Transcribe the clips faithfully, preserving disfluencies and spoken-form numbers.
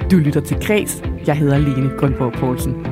Du lytter til Kreds. Jeg hedder Lene Grønborg Poulsen.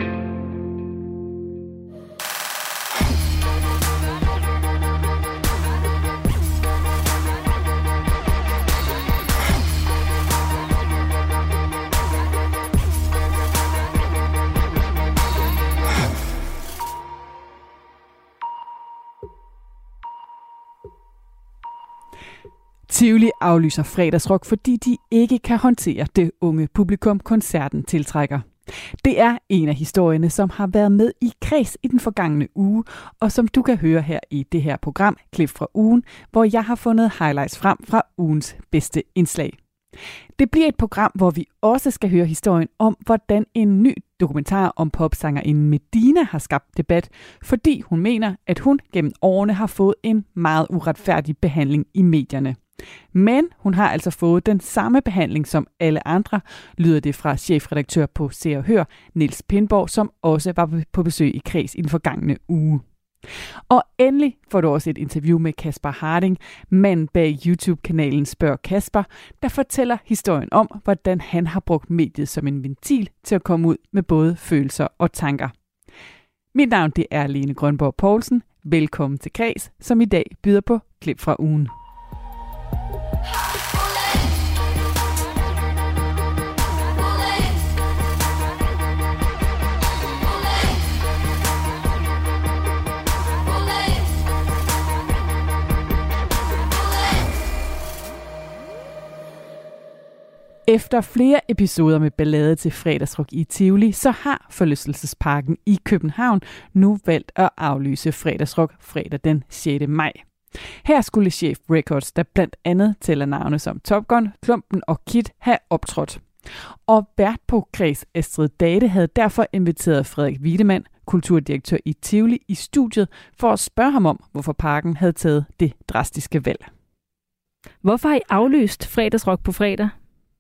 Tivoli aflyser fredagsrock, fordi de ikke kan håndtere det unge publikum, koncerten tiltrækker. Det er en af historierne, som har været med i Kreds i den forgangne uge, og som du kan høre her i det her program, klip fra ugen, hvor jeg har fundet highlights frem fra ugens bedste indslag. Det bliver et program, hvor vi også skal høre historien om, hvordan en ny dokumentar om popsangerinden Medina har skabt debat, fordi hun mener, at hun gennem årene har fået en meget uretfærdig behandling i medierne. Men hun har altså fået den samme behandling som alle andre, lyder det fra chefredaktør på Se og Hør, Niels Pindborg, som også var på besøg i Kreds i den forgangne uge. Og endelig får du også et interview med Kasper Harding, manden bag YouTube-kanalen Spørg Kasper, der fortæller historien om, hvordan han har brugt mediet som en ventil til at komme ud med både følelser og tanker. Mit navn det er Lene Grønborg Poulsen. Velkommen til Kreds, som i dag byder på klip fra ugen. Efter flere episoder med ballade til fredagsrock i Tivoli, så har Forlystelsesparken i København nu valgt at aflyse fredagsrock fredag den sjette maj. Her skulle Chef Records, der blandt andet tæller navne som Top Gun, Klumpen og Kit, have optrådt. Og vært på Kreds Astrid Date havde derfor inviteret Frederik Wiedemann, kulturdirektør i Tivoli, i studiet for at spørge ham om, hvorfor parken havde taget det drastiske valg. Hvorfor har I aflyst fredagsrock på fredag?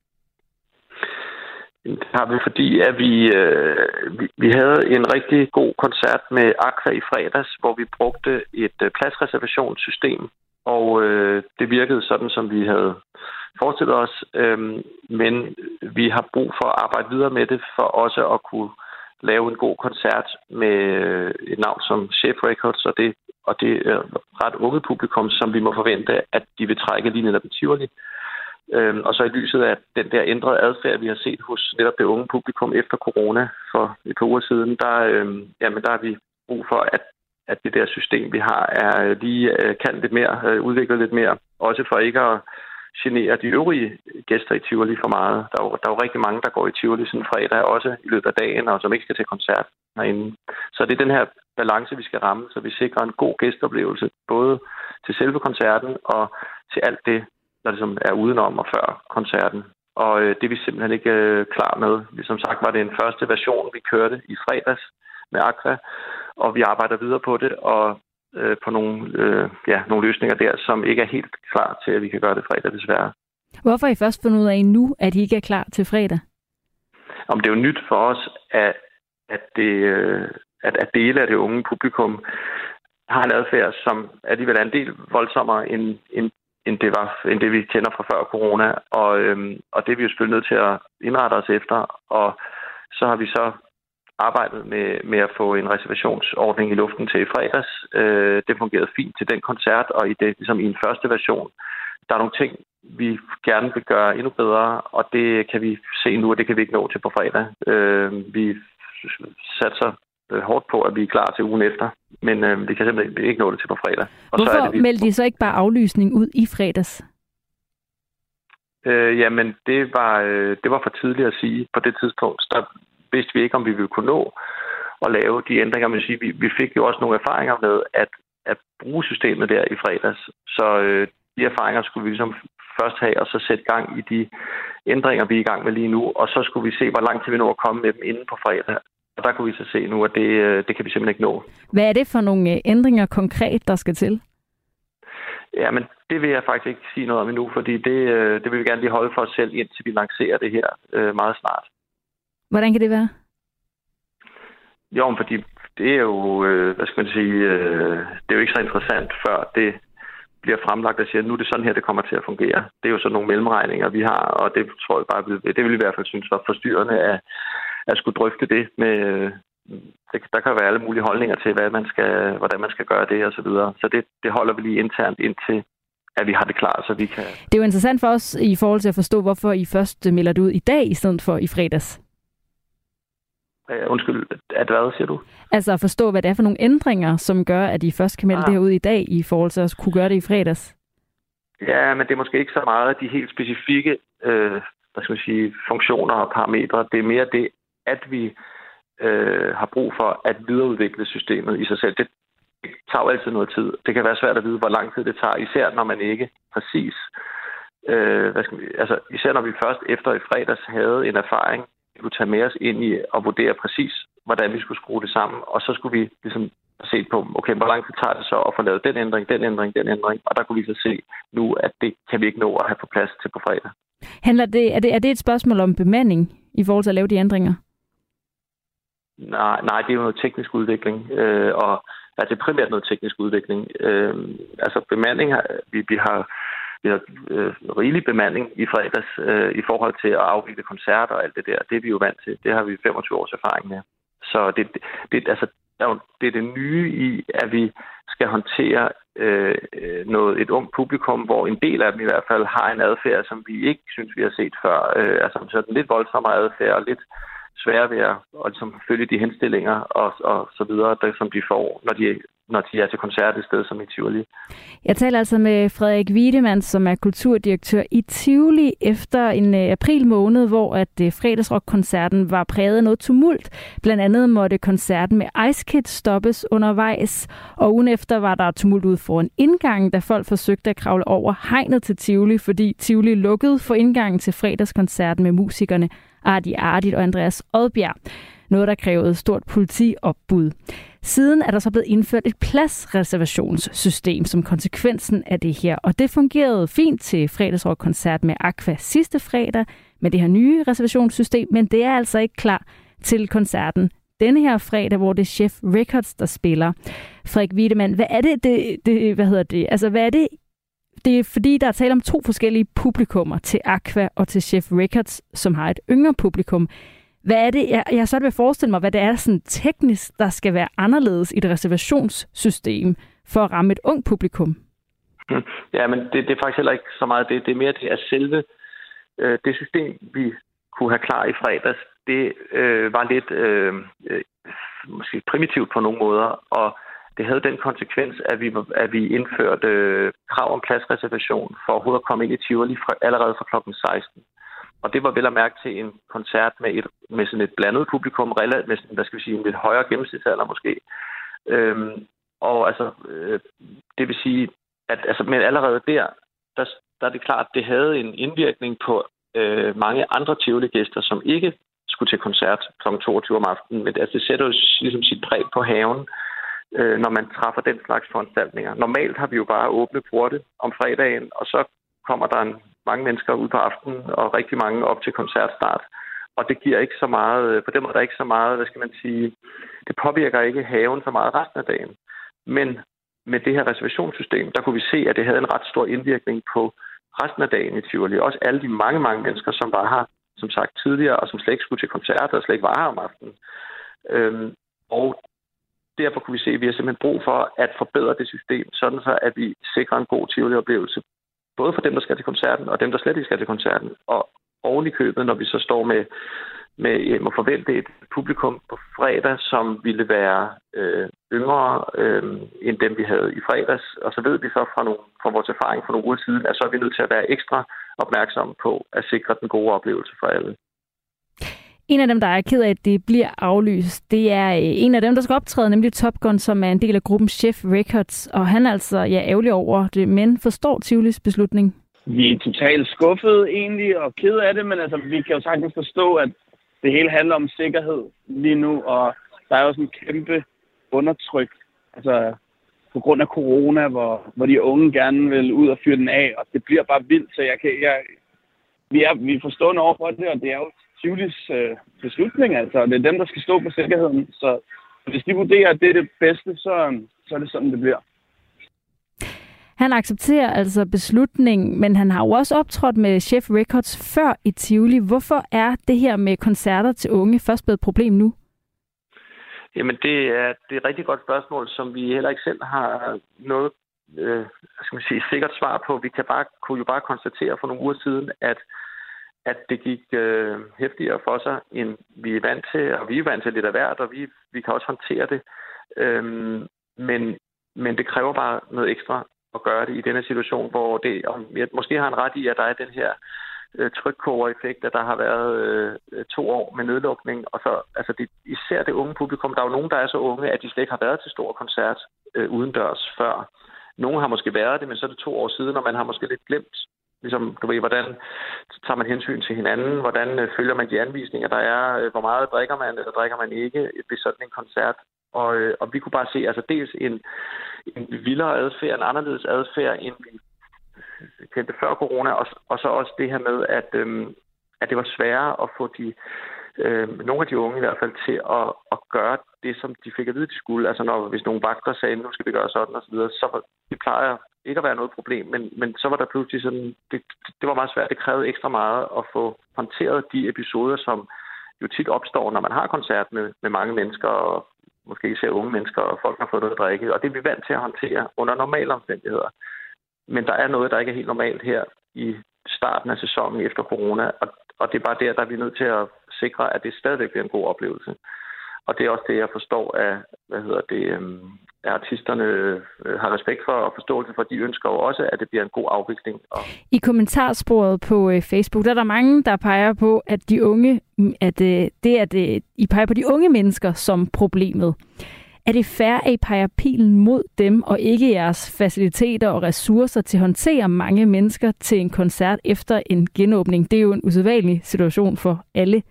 Det har vi, fordi at vi, øh, vi, vi havde en rigtig god koncert med Aqua i fredags, hvor vi brugte et øh, pladsreservationssystem, og øh, det virkede sådan, som vi havde forestillet os. Øh, men vi har brug for at arbejde videre med det, for også at kunne lave en god koncert med øh, et navn som Chef Records, og det, og det øh, ret unge publikum, som vi må forvente, at de vil trække lige netop Tivoli. Øhm, og så i lyset af den der ændrede adfærd, vi har set hos netop det unge publikum efter corona for et par uger siden, der, øhm, jamen, der har vi brug for, at, at det der system, vi har, er lige øh, kan lidt mere, øh, udviklet lidt mere. Også for ikke at genere de øvrige gæster i Tivoli for meget. Der er jo, der er jo rigtig mange, der går i Tivoli sådan fredag, også i løbet af dagen, og som ikke skal til koncert herinde. Så det er den her balance, vi skal ramme, så vi sikrer en god gæsteoplevelse, både til selve koncerten og til alt det, der ligesom er udenom og før koncerten. Og øh, det er vi simpelthen ikke øh, klar med. Som sagt var det en første version, vi kørte i fredags med Aqua, og vi arbejder videre på det, og øh, på nogle, øh, ja, nogle løsninger der, som ikke er helt klar til, at vi kan gøre det fredag, desværre. Hvorfor har I først fundet ud af nu, at I ikke er klar til fredag? Om det er jo nyt for os, at, at, det, øh, at, at dele af det unge publikum har en adfærd, som alligevel er en del voldsommere end, end end det var, end det vi kender fra før corona, og, øhm, og det er vi jo selvfølgelig nødt til at indrette os efter, og så har vi så arbejdet med, med at få en reservationsordning i luften til i fredags. Øh, det fungerede fint til den koncert, og i det, ligesom i en første version, der er nogle ting, vi gerne vil gøre endnu bedre, og det kan vi se nu, og det kan vi ikke nå til på fredag. Øh, vi satser hårdt på, at vi er klar til ugen efter, men øh, vi kan simpelthen ikke nå det til på fredag. Og Hvorfor så er det, vi... meldte I så ikke bare aflysning ud i fredags? Øh, jamen, det var, øh, det var for tidligt at sige. På det tidspunkt, der vidste vi ikke, om vi ville kunne nå at lave de ændringer. Men sige, vi, vi fik jo også nogle erfaringer med at, at bruge systemet der i fredags. Så øh, de erfaringer skulle vi ligesom først have, og så sætte gang i de ændringer, vi er i gang med lige nu. Og så skulle vi se, hvor langt til vi nå at komme med dem inden på fredag. Og der kunne vi så se nu, at det, det kan vi simpelthen ikke nå. Hvad er det for nogle ændringer konkret, der skal til? Ja, men det vil jeg faktisk ikke sige noget om endnu, fordi det, det vil vi gerne lige holde for os selv, indtil vi lancerer det her meget snart. Hvordan kan det være? Jo, fordi det er jo, hvad skal man sige, det er jo ikke så interessant, før det bliver fremlagt og siger, at nu er det sådan her, det kommer til at fungere. Det er jo sådan nogle mellemregninger, vi har, og det tror jeg bare, det vil i hvert fald synes var forstyrrende at, at skulle drøfte det med. Det, der kan være alle mulige holdninger til, hvad man skal, hvordan man skal gøre det og så videre. Så det, det holder vi lige internt indtil, at vi har det klart, så vi kan. Det er jo interessant for os i forhold til at forstå, hvorfor I først melder det ud i dag, i stedet for i fredags. Uh, undskyld, at hvad siger du? Altså at forstå, hvad det er for nogle ændringer, som gør, at I først kan melde ah. det her ud i dag, i forhold til at kunne gøre det i fredags. Ja, men det er måske ikke så meget de helt specifikke øh, hvad skal man sige, funktioner og parametre. Det er mere det, at vi øh, har brug for at videreudvikle systemet i sig selv. Det tager jo altid noget tid. Det kan være svært at vide, hvor lang tid det tager, især når man ikke præcis, øh, hvad skal man, altså især når vi først efter i fredags havde en erfaring, vi kunne tage med os ind i og vurdere præcis, hvordan vi skulle skrue det sammen, og så skulle vi ligesom se på, okay, hvor lang tid tager det så at få lavet den ændring, den ændring, den ændring, og der kunne vi så se nu, at det kan vi ikke nå at have på plads til på fredag. Handler det, er det, er det et spørgsmål om bemanding i forhold til at lave de ændringer? Nej, nej, det er jo noget teknisk udvikling, øh, og altså det er primært noget teknisk udvikling. Øh, altså bemanding, vi, vi har, vi har øh, rigelig bemanding i fredags øh, i forhold til at afvikle koncerter og alt det der. Det er vi jo vant til. Det har vi femogtyve års erfaring med. Så det, det, det, altså, det er det nye i, at vi skal håndtere øh, noget, et ungt publikum, hvor en del af dem i hvert fald har en adfærd, som vi ikke synes, vi har set før. Øh, altså sådan lidt voldsommere adfærd og lidt svære ved at og ligesom følge de henstillinger og, og så videre, der, som de får, når de, når de er til koncert et sted som i Tivoli. Jeg taler altså med Frederik Wiedemann, som er kulturdirektør i Tivoli, efter en uh, april måned, hvor at uh, fredagsrock-koncerten var præget af noget tumult. Blandt andet måtte koncerten med Ice Kids stoppes undervejs, og ugen efter var der tumult ud foran indgangen, da folk forsøgte at kravle over hegnet til Tivoli, fordi Tivoli lukkede for indgangen til fredagskoncerten med musikerne Ardi Ardit og Andreas Odbjerg. Noget, der krævede stort politiopbud. Siden er der så blevet indført et pladsreservationssystem som konsekvensen af det her, og det fungerede fint til fredagsrock-koncert med Aqua sidste fredag med det her nye reservationssystem, men det er altså ikke klar til koncerten denne her fredag, hvor det er Chef Records, der spiller. Frederik Wiedemann, hvad er det, det, det hvad hedder det, altså hvad er det, det er fordi, der er tale om to forskellige publikummer til Aqua og til Chef Records, som har et yngre publikum. Hvad er det, jeg, jeg så ved at forestille mig, hvad det er sådan teknisk, der skal være anderledes i et reservationssystem for at ramme et ung publikum? Ja, men det, det er faktisk heller ikke så meget det. Det er mere det, at selve øh, det system, vi kunne have klar i fredags, det øh, var lidt øh, øh, måske primitivt på nogle måder, og det havde den konsekvens, at vi, at vi indførte øh, krav om pladsreservation for overhovedet at komme ind i Tivoli fra, allerede fra klokken seksten. Og det var vel at mærke til en koncert med, et, med sådan et blandet publikum, med sådan, hvad skal vi sige, en lidt højere gennemsnitsalder måske. Øhm, og altså, øh, det vil sige, at altså, men allerede der, der, der er det klart, at det havde en indvirkning på øh, mange andre Tivoli-gæster, som ikke skulle til koncert klokken toogtyve om aftenen. Men altså, det sætter jo ligesom sit præg på haven, øh, når man træffer den slags foranstaltninger. Normalt har vi jo bare åbne porte om fredagen, og så kommer der en mange mennesker ud på aftenen, og rigtig mange op til koncertstart. Og det giver ikke så meget, på den måde er der ikke så meget, hvad skal man sige, det påvirker ikke haven så meget resten af dagen. Men med det her reservationssystem, der kunne vi se, at det havde en ret stor indvirkning på resten af dagen i Tivoli. Også alle de mange, mange mennesker, som var her, som sagt tidligere, og som slet ikke skulle til koncerter, og slet ikke var her om aftenen. Øhm, og derfor kunne vi se, at vi har simpelthen brug for at forbedre det system, sådan så at vi sikrer en god Tivoli-oplevelse, både for dem, der skal til koncerten, og dem, der slet ikke skal til koncerten. Og oven i købet, når vi så står med, med må forvente et publikum på fredag, som ville være øh, yngre øh, end dem, vi havde i fredags. Og så ved vi så fra, nogle, fra vores erfaring for nogle uger siden, at så er vi nødt til at være ekstra opmærksomme på at sikre den gode oplevelse for alle. En af dem, der er ked af, at det bliver aflyst, det er en af dem, der skal optræde, nemlig Top Gun, som er en del af gruppen Chef Records. Og han er altså ja, ærgerlig over det, men forstår Tivolis beslutning? Vi er totalt skuffede egentlig og ked af det, men altså, vi kan jo sagtens forstå, at det hele handler om sikkerhed lige nu, og der er jo sådan en kæmpe undertryk, altså på grund af corona, hvor, hvor de unge gerne vil ud og fyre den af, og det bliver bare vildt, så jeg kan, jeg, vi, er, vi er forstående over for det, og det er jo Tivolis øh, beslutning, altså. Det er dem, der skal stå på sikkerheden. Så hvis de vurderer, at det er det bedste, så, så er det sådan, det bliver. Han accepterer altså beslutningen, men han har jo også optrådt med Chef Records før i Tivoli. Hvorfor er det her med koncerter til unge først blevet et problem nu? Jamen, det er, det er et rigtig godt spørgsmål, som vi heller ikke selv har noget øh, skal man sige, sikkert svar på. Vi kan bare, kunne jo bare konstatere for nogle uger siden, at, at det gik øh, heftigere for sig, end vi er vant til, og vi er vant til lidt af hvert, og vi, vi kan også håndtere det. Øhm, men, men det kræver bare noget ekstra at gøre det i denne situation, hvor det, og jeg måske har en ret i, at der er den her øh, trykkovereffekt, at der har været øh, to år med nedlukning, og så altså det, især det unge publikum. Der er jo nogen, der er så unge, at de slet ikke har været til stor koncert øh, udendørs før. Nogle har måske været det, men så er det to år siden, og man har måske lidt glemt, ligesom, du ved, hvordan tager man hensyn til hinanden, hvordan øh, følger man de anvisninger, der er, øh, hvor meget drikker man, eller drikker man ikke ved sådan en koncert. Og, øh, og vi kunne bare se, altså dels en, en vildere adfærd, en anderledes adfærd, end vi kendte før corona, og, og så også det her med, at, øh, at det var sværere at få de, øh, nogle af de unge i hvert fald til at, at gøre det, som de fik at vide, de skulle. Altså når, hvis nogle vagter sagde, nu skal vi gøre sådan og så videre, så var, det plejer ikke at være noget problem, men, men så var der pludselig sådan, det, det var meget svært, det krævede ekstra meget at få håndteret de episoder, som jo tit opstår, når man har koncert med, med mange mennesker, og måske især unge mennesker, og folk har fået noget at drikke, og det er vi vant til at håndtere under normale omstændigheder. Men der er noget, der ikke er helt normalt her i starten af sæsonen efter corona, og, og det er bare der, der er vi nødt til at sikre, at det stadigvæk bliver en god oplevelse. Og det er også det, jeg forstår, at, hvad hedder det, øhm, at artisterne øh, har respekt for og forståelse for. De ønsker jo også, at det bliver en god afvikling. Og i kommentarsporet på øh, Facebook, der er der mange, der peger på, at de unge, at øh, det at øh, I peger på de unge mennesker som problemet. Er det fair, at I peger pilen mod dem, og ikke jeres faciliteter og ressourcer til at håndtere mange mennesker til en koncert efter en genåbning? Det er jo en usædvanlig situation for alle.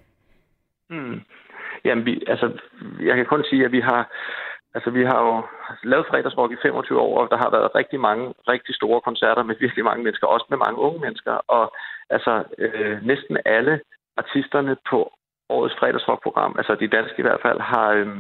Hmm. Jamen, vi, altså, jeg kan kun sige, at vi har, altså, vi har jo lavet fredagsrock i femogtyve år, og der har været rigtig mange rigtig store koncerter med virkelig mange mennesker, også med mange unge mennesker. Og altså, øh, næsten alle artisterne på årets fredagsrock-program, altså de danske i hvert fald, har, øh,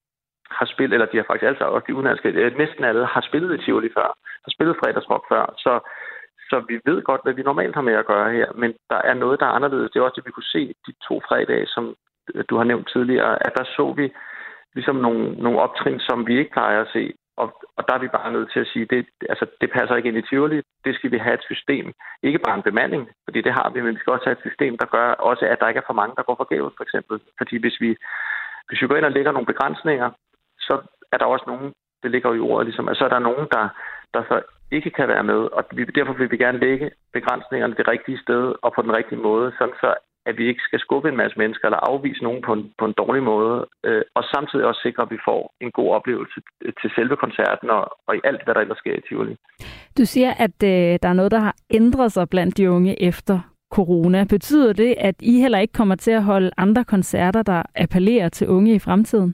har spillet, eller de har faktisk altså også de udenlandske, øh, næsten alle har spillet i Tivoli før, har spillet fredagsrock før, så Så vi ved godt, hvad vi normalt har med at gøre her, men der er noget, der er anderledes. Det er også det, vi kunne se de to fredage, som du har nævnt tidligere, at der så vi ligesom nogle, nogle optrin, som vi ikke plejer at se. Og, og der er vi bare nødt til at sige, det, altså, det passer ikke ind i Tivoli. Det skal vi have et system. Ikke bare en bemanding, fordi det har vi, men vi skal også have et system, der gør også, at der ikke er for mange, der går forgæves, for eksempel. Fordi hvis vi, hvis vi går ind og lægger nogle begrænsninger, så er der også nogen, det ligger jo i ordet, ligesom, at så er der nogen, der, der så ikke kan være med. Og vi, derfor vil vi gerne lægge begrænsningerne det rigtige sted og på den rigtige måde, sådan så at vi ikke skal skubbe en masse mennesker eller afvise nogen på en, på en dårlig måde, øh, og samtidig også sikre, at vi får en god oplevelse til selve koncerten og, og i alt, hvad der ellers sker i Tivoli. Du siger, at øh, der er noget, der har ændret sig blandt de unge efter corona. Betyder det, at I heller ikke kommer til at holde andre koncerter, der appellerer til unge i fremtiden?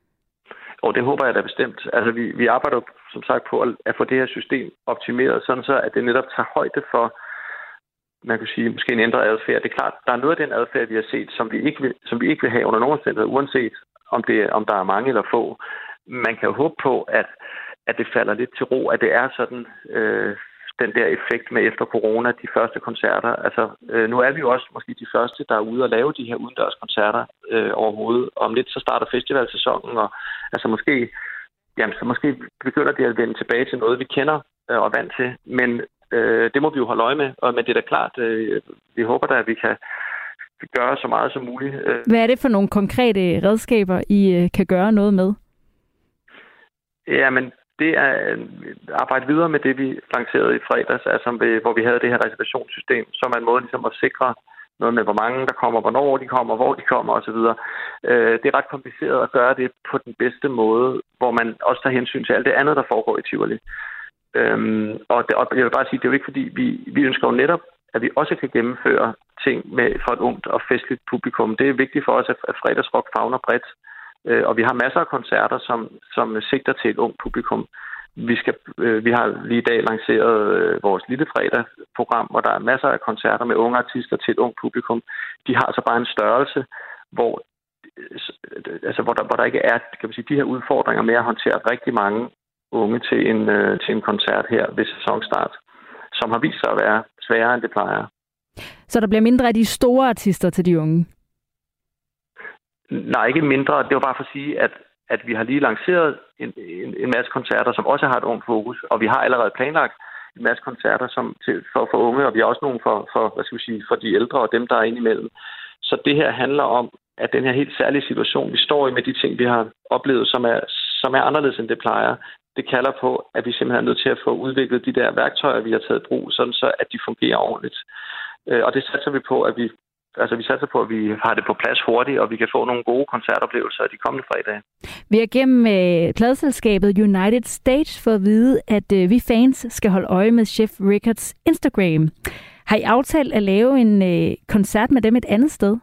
Og det håber jeg da bestemt. Altså, vi, vi arbejder som sagt på at, at få det her system optimeret, sådan så at det netop tager højde for, man kan sige, måske en ændret adfærd. Det er klart, der er noget af den adfærd, vi har set, som vi ikke vil, som vi ikke vil have under nogen omstændigheder, uanset om, det, om der er mange eller få. Man kan jo håbe på, at, at det falder lidt til ro, at det er sådan øh, den der effekt med efter corona, de første koncerter. Altså, øh, nu er vi jo også måske de første, der er ude og lave de her udendørs koncerter øh, overhovedet. Om lidt så starter festivalsæsonen, og altså måske, jamen, så måske begynder det at vende tilbage til noget, vi kender øh, og er vant til. Men Øh, det må vi jo holde øje med, og, men det er da klart, øh, vi håber da, at vi kan gøre så meget som muligt. Hvad er det for nogle konkrete redskaber, I øh, kan gøre noget med? Jamen, det er at arbejde videre med det, vi lancerede i fredags, altså ved, hvor vi havde det her reservationssystem, som er en måde ligesom at sikre noget med, hvor mange der kommer, hvornår de kommer, hvor de kommer osv. Øh, det er ret kompliceret at gøre det på den bedste måde, hvor man også tager hensyn til alt det andet, der foregår i Tivoli. Øhm, og, det, og jeg vil bare sige, det er jo ikke fordi, vi, vi ønsker jo netop, at vi også kan gennemføre ting med, for et ungt og festligt publikum. Det er vigtigt for os, at, at fredagsrock favner bredt, øh, og vi har masser af koncerter, som, som sigter til et ungt publikum. Vi, skal, øh, vi har lige i dag lanceret øh, vores lille fredagsprogram, hvor der er masser af koncerter med unge artister til et ungt publikum. De har så bare en størrelse, hvor, øh, altså, hvor, der, hvor der ikke er, kan man sige, de her udfordringer med at håndtere rigtig mange unge til en, øh, til en koncert her ved sæsonstart, som har vist sig at være sværere, end det plejer. Så der bliver mindre af de store artister til de unge? Nej, ikke mindre. Det var bare for at sige, at, at vi har lige lanceret en, en, en masse koncerter, som også har et ungt fokus, og vi har allerede planlagt en masse koncerter som til, for, for unge, og vi har også nogle for, for, hvad skal vi sige, for de ældre og dem, der er inde imellem. Så det her handler om, at den her helt særlige situation, vi står i med de ting, vi har oplevet, som er, som er anderledes, end det plejer, det kalder på, at vi simpelthen er nødt til at få udviklet de der værktøjer, vi har taget i brug, sådan så, at de fungerer ordentligt. Og det satser vi på, at vi, altså vi satser på, at vi har det på plads hurtigt, og vi kan få nogle gode koncertoplevelser de kommende fredage. Vi har gennem øh, pladselskabet United States fået at vide, at øh, vi fans skal holde øje med Chef Records Instagram. Har I aftalt at lave en øh, koncert med dem et andet sted?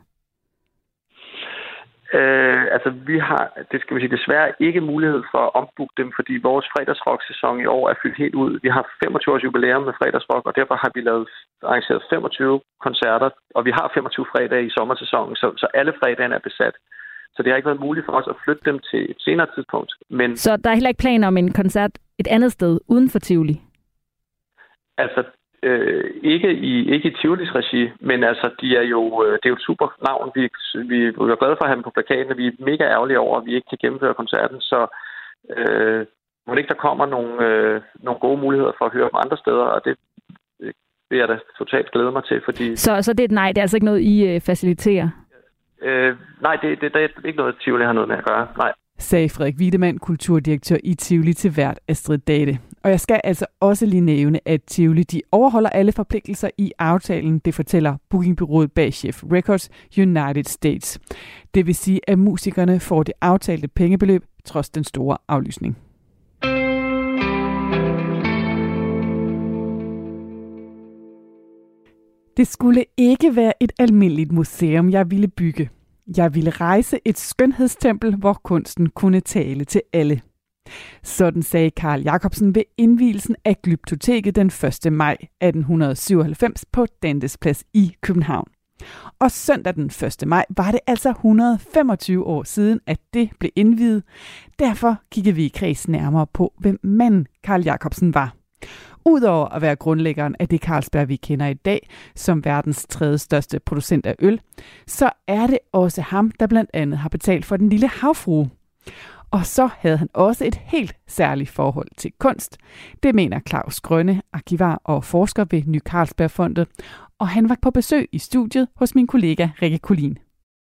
Øh, altså, vi har, det skal vi sige, desværre ikke mulighed for at ombooke dem, fordi vores fredagsrock-sæson i år er fyldt helt ud. Vi har femogtyve års jubilæum med fredagsrock, og derfor har vi lavet arrangeret femogtyve koncerter, og vi har femogtyve fredage i sommersæsonen, så, så alle fredagene er besat. Så det har ikke været muligt for os at flytte dem til et senere tidspunkt. Men så der er heller ikke planer om en koncert et andet sted uden for Tivoli? Altså, Øh, ikke i ikke i Tivolis regi, men altså de er jo øh, det er jo et super navn. Vi vi er glade for at have dem på plakaten, og vi er mega ærgerlige over, at vi ikke kan gennemføre koncerten. Så øh, må det ikke der kommer nogle øh, nogle gode muligheder for at høre dem andre steder, og det det vil jeg da totalt glæde mig til, fordi så så det er et nej, det er altså ikke noget I øh, faciliterer? Øh, nej, det, det, det er ikke noget Tivoli har noget med at gøre. Nej. Sagde Frederik Wiedemann, kulturdirektør i Tivoli, til vært Astrid Date. Og jeg skal altså også lige nævne, at Tivoli de overholder alle forpligtelser i aftalen. Det fortæller bookingbureauet bag Chef Records United States. Det vil sige, at musikerne får det aftalte pengebeløb trods den store aflysning. Det skulle ikke være et almindeligt museum, jeg ville bygge. Jeg ville rejse et skønhedstempel, hvor kunsten kunne tale til alle. Sådan sagde Carl Jacobsen ved indvielsen af Glyptoteket den første maj atten syvoghalvfems på Dantes Plads i København. Og søndag den første maj var det altså et hundrede og femogtyve år siden, at det blev indviet. Derfor kiggede vi i Kreds nærmere på, hvem manden Carl Jacobsen var. Udover at være grundlæggeren af det Carlsberg, vi kender i dag, som verdens tredje største producent af øl, så er det også ham, der blandt andet har betalt for Den Lille Havfrue. Og så havde han også et helt særligt forhold til kunst. Det mener Claus Grønne, arkivar og forsker ved Ny Carlsbergfondet, og han var på besøg i studiet hos min kollega Rikke Collin.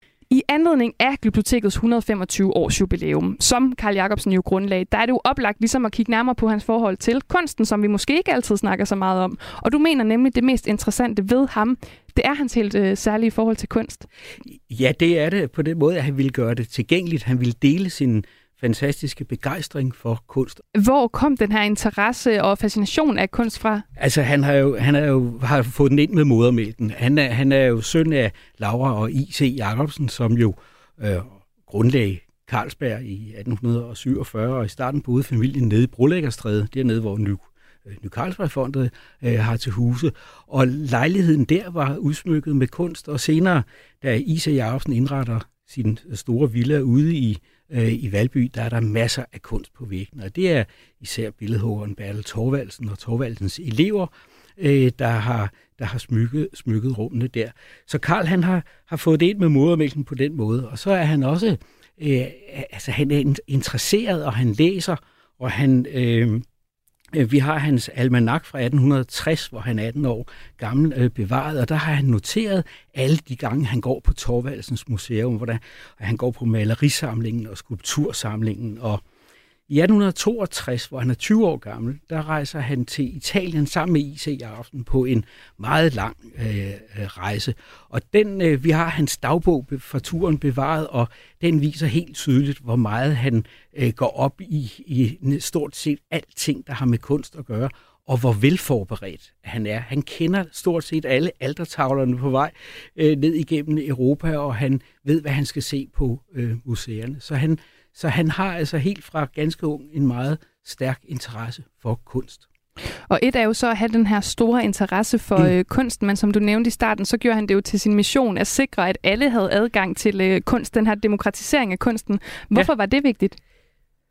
I anledning af Glyptotekets et hundrede og femogtyve års jubilæum, som Carl Jacobsen jo grundlagde, der er det jo oplagt ligesom at kigge nærmere på hans forhold til kunsten, som vi måske ikke altid snakker så meget om. Og du mener nemlig, det mest interessante ved ham, det er hans helt øh, særlige forhold til kunst. Ja, det er det på den måde, at han ville gøre det tilgængeligt. Han ville dele sin fantastiske begejstring for kunst. Hvor kom den her interesse og fascination af kunst fra? Altså, han har jo, han har jo har fået den ind med modermælken. Han er, han er jo søn af Laura og I C Jacobsen, som jo øh, grundlagde Carlsberg i atten syvogfyrre, og i starten boede familien nede i Brolæggerstræde, dernede, hvor Ny, Ny Carlsbergfondet øh, har til huse. Og lejligheden der var udsmykket med kunst, og senere, da I C Jacobsen indretter sin store villa ude i i Valby, der er der masser af kunst på væggene, og det er især billedhuggeren Bertel Thorvaldsen og Thorvaldsens elever, der har, der har smykket, smykket rummene der. Så Carl, han har, har fået det ind med modermælken på den måde, og så er han også øh, altså han er interesseret, og han læser, og han øh, vi har hans almanak fra atten tres, hvor han er atten år gammel, øh, bevaret, og der har han noteret alle de gange, han går på Thorvaldsens Museum, hvor der, han går på malerisamlingen og skulptursamlingen. Og i atten toogtres, hvor han er tyve år gammel, der rejser han til Italien sammen med I C Jacobsen på en meget lang øh, rejse. Og den, øh, vi har hans dagbog fra turen bevaret, og den viser helt tydeligt, hvor meget han øh, går op i, i stort set alting, der har med kunst at gøre, og hvor velforberedt han er. Han kender stort set alle altertavlerne på vej øh, ned igennem Europa, og han ved, hvad han skal se på øh, museerne. Så han Så han har altså helt fra ganske ung en meget stærk interesse for kunst. Og et er jo så at have den her store interesse for mm. øh, kunsten, men som du nævnte i starten, så gjorde han det jo til sin mission at sikre, at alle havde adgang til øh, kunst, den her demokratisering af kunsten. Hvorfor ja. var det vigtigt?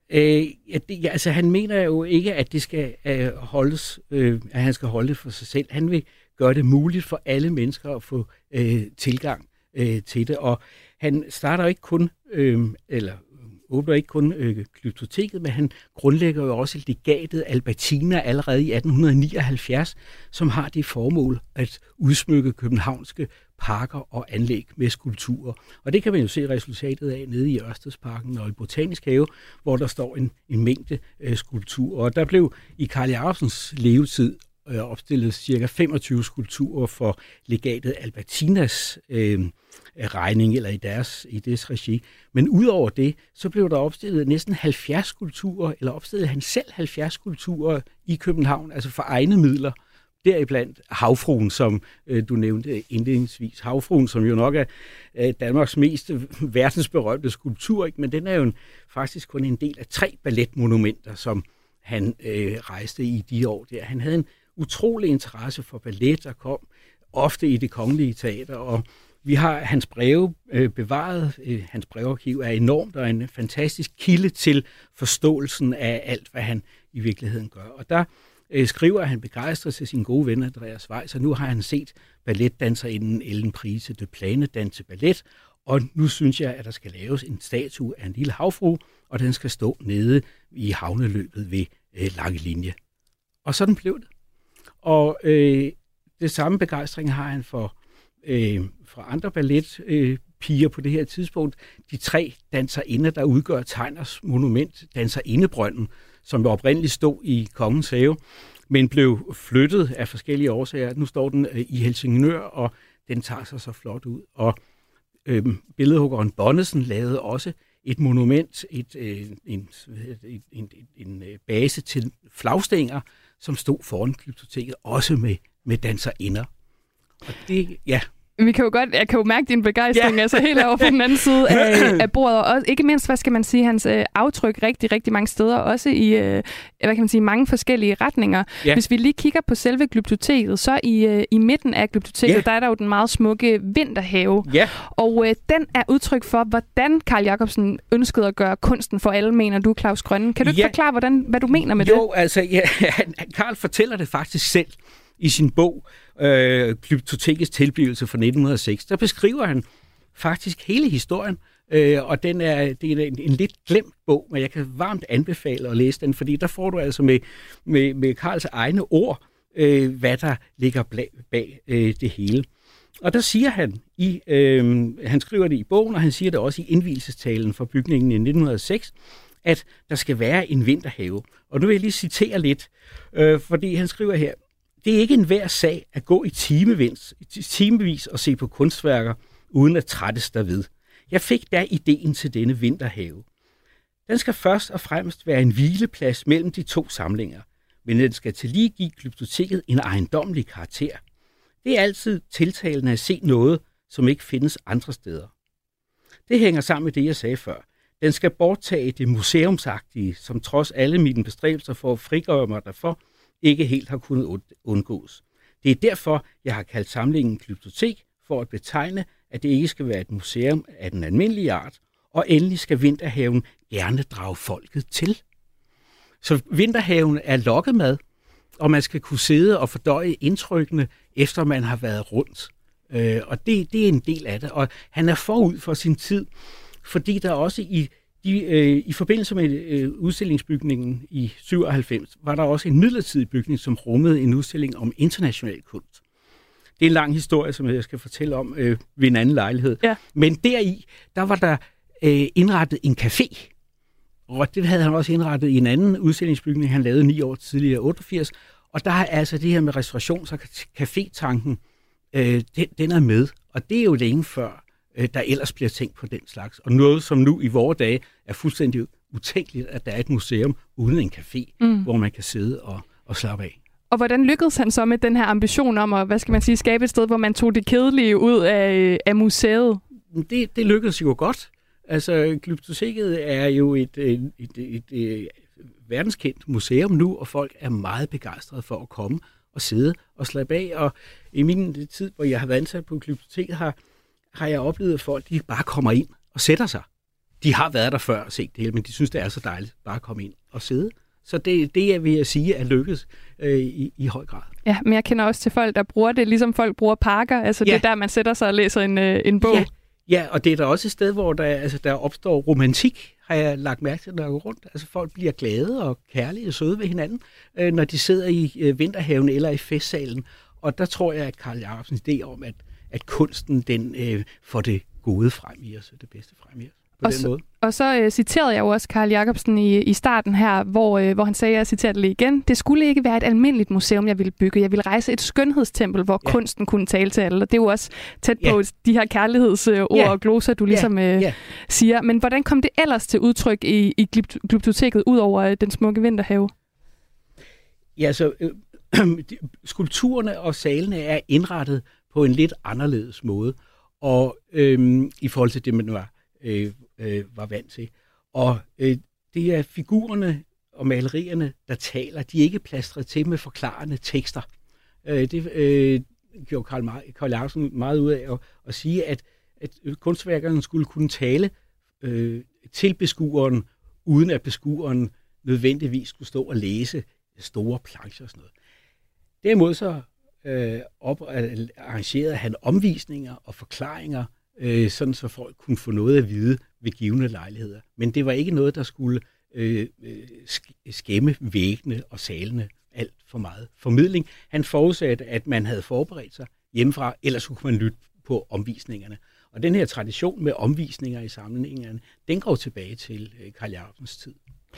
Øh, ja, det, ja, altså, han mener jo ikke, at det skal øh, holdes, øh, at han skal holde det for sig selv. Han vil gøre det muligt for alle mennesker at få øh, tilgang øh, til det. Og han starter ikke kun, øh, eller åbner ikke kun øh, Glyptoteket, men han grundlægger jo også legatet Albertina allerede i atten nioghalvfjerds, som har det formål at udsmykke københavnske parker og anlæg med skulpturer. Og det kan man jo se resultatet af nede i Ørstedsparken og i Botanisk Have, hvor der står en, en mængde øh, skulpturer. Og der blev i Carl Jacobsens levetid øh, opstillet cirka femogtyve skulpturer for legatet Albertinas øh, regning, eller i deres i deres regi. Men udover det, så blev der opstillet næsten halvfjerds skulpturer, eller opstillede han selv halvfjerds skulpturer i København, altså for egne midler. Deriblandt Havfruen, som øh, du nævnte indledningsvis. Havfruen, som jo nok er øh, Danmarks mest verdensberømte skulptur, ikke? Men den er jo en, faktisk kun en del af tre balletmonumenter, som han øh, rejste i de år der. Han havde en utrolig interesse for ballet, der kom ofte i Det Kongelige Teater, og vi har hans breve øh, bevaret. Øh, hans brevarkiv er enormt og en fantastisk kilde til forståelsen af alt, hvad han i virkeligheden gør. Og der øh, skriver han begejstret til sin gode ven Andreas Weiss, og nu har han set balletdanserinden Ellen Prise de Plane danse ballet, og nu synes jeg, at der skal laves en statue af en lille havfrue, og den skal stå nede i havneløbet ved øh, Lange Linje. Og sådan blev det. Og øh, det samme begejstring har han for Øh, fra andre balletpiger øh, på det her tidspunkt. De tre danserinder, der udgør Tegners monument, Danserindbrønden, som jo oprindeligt stod i Kongens Have, men blev flyttet af forskellige årsager. Nu står den øh, i Helsingør, og den tager sig så flot ud. Og øh, billedhuggeren Bonnesen lavede også et monument, et, øh, en, en, en, en base til flagstænger, som stod foran Glyptoteket, også med, med danserinder. Og det, ja. Vi kan jo godt, jeg kan jo mærke din begejstring, ja. Altså helt over på den anden side af, af bordet, og ikke mindst, hvad skal man sige, hans øh, aftryk rigtig, rigtig mange steder, også i, øh, hvad kan man sige, mange forskellige retninger. Ja. Hvis vi lige kigger på selve Glyptoteket, så i, øh, i midten af Glyptoteket, ja. Der er der jo den meget smukke vinterhave, ja. Og øh, den er udtryk for, hvordan Carl Jacobsen ønskede at gøre kunsten for alle, mener du, Claus Grønne. Kan du ikke ja. forklare, hvordan, hvad du mener med jo, det? Jo, altså, ja, Carl fortæller det faktisk selv i sin bog, øh, Glyptotekets tilblivelse fra nitten hundrede og seks. Der beskriver han faktisk hele historien, øh, og den er, det er en, en lidt glemt bog, men jeg kan varmt anbefale at læse den, fordi der får du altså med, med, med Carls egne ord, øh, hvad der ligger bag, bag øh, det hele. Og der siger han, i, øh, han skriver det i bogen, og han siger det også i indvielsestalen for bygningen i nitten hundrede og seks, at der skal være en vinterhave. Og nu vil jeg lige citere lidt, øh, fordi han skriver her: det er ikke en hver sag at gå i timevis, timevis og se på kunstværker, uden at trættes derved. Jeg fik da ideen til denne vinterhave. Den skal først og fremmest være en hvileplads mellem de to samlinger, men den skal tillige give Glyptoteket en ejendommelig karakter. Det er altid tiltalende at se noget, som ikke findes andre steder. Det hænger sammen med det, jeg sagde før. Den skal borttage det museumsagtige, som trods alle mine bestræbelser for at frigøre mig derfor, ikke helt har kunnet undgås. Det er derfor, jeg har kaldt samlingen Glyptotek, for at betegne, at det ikke skal være et museum af den almindelige art, og endelig skal vinterhaven gerne drage folket til. Så vinterhaven er lokkemad, og man skal kunne sidde og fordøje indtrykkene, efter man har været rundt. Og det, det er en del af det, og han er forud for sin tid, fordi der også i De, øh, I forbindelse med øh, udstillingsbygningen i syvoghalvfems var der også en midlertidig bygning, som rummede en udstilling om international kunst. Det er en lang historie, som jeg skal fortælle om øh, ved en anden lejlighed. Ja. Men deri, der var der øh, indrettet en café. Og det havde han også indrettet i en anden udstillingsbygning, han lavede ni år tidligere, otteogfirs. Og der er altså det her med restaurations- og café-tanken, øh, den, den er med. Og det er jo længe før, der ellers bliver tænkt på den slags. Og noget, som nu i vore dage er fuldstændig utænkeligt, at der er et museum uden en café, mm. hvor man kan sidde og, og slappe af. Og hvordan lykkedes han så med den her ambition om at, hvad skal man sige, skabe et sted, hvor man tog det kedelige ud af, af museet? Det, det lykkedes jo godt. Altså, Glyptoteket er jo et, et, et, et, et verdenskendt museum nu, og folk er meget begejstrede for at komme og sidde og slappe af. Og i min tid, hvor jeg har været ansat på Glyptoteket, har har jeg oplevet, at folk de bare kommer ind og sætter sig. de har været der før og set det hele, men de synes, det er så dejligt bare at komme ind og sidde. Så det, det jeg vil jeg sige, er lykkes øh, i, i høj grad. Ja, men jeg kender også til folk, der bruger det, ligesom folk bruger parker. Altså ja. Det er der, man sætter sig og læser en, øh, en bog. Ja. ja, og det er der også et sted, hvor der, altså, der opstår romantik, har jeg lagt mærke til, når jeg går rundt. Altså folk bliver glade og kærlige og søde ved hinanden, øh, når de sidder i øh, vinterhaven eller i festsalen. Og der tror jeg, at Carl Jacobsens idé om, at, at kunsten den øh, får det gode frem i os, det bedste frem i os. Og så, og så øh, citerede jeg jo også Carl Jacobsen i, i starten her, hvor, øh, hvor han sagde, jeg citerer det lige igen, det skulle ikke være et almindeligt museum, jeg ville bygge. Jeg ville rejse et skønhedstempel, hvor ja. kunsten kunne tale til alle. Og det er jo også tæt på ja. de her kærlighedsord ja. og gloser, du ligesom øh, ja. siger. Men hvordan kom det ellers til udtryk i, i Glyptoteket, ud over øh, den smukke vinterhave? Ja, så øh, skulpturerne og salene er indrettet på en lidt anderledes måde. Og øh, i forhold til det, man var Øh, øh, var vant til. Og øh, det er figurerne og malerierne, der taler. De er ikke plastret til med forklarende tekster. Øh, det øh, gjorde Carl, Carl Jacobsen meget ud af at, at sige, at, at kunstværkerne skulle kunne tale øh, til beskueren, uden at beskueren nødvendigvis skulle stå og læse store plancher og sådan noget. Derimod så øh, op, arrangerede han omvisninger og forklaringer, sådan så folk kunne få noget at vide ved givne lejligheder. Men det var ikke noget, der skulle øh, skæmme væggene og salene alt for meget. Formidling, han forudsatte, at man havde forberedt sig hjemmefra, ellers kunne man lytte på omvisningerne. Og den her tradition med omvisninger i samlingerne, den går tilbage til øh, Carl Jacobsens tid.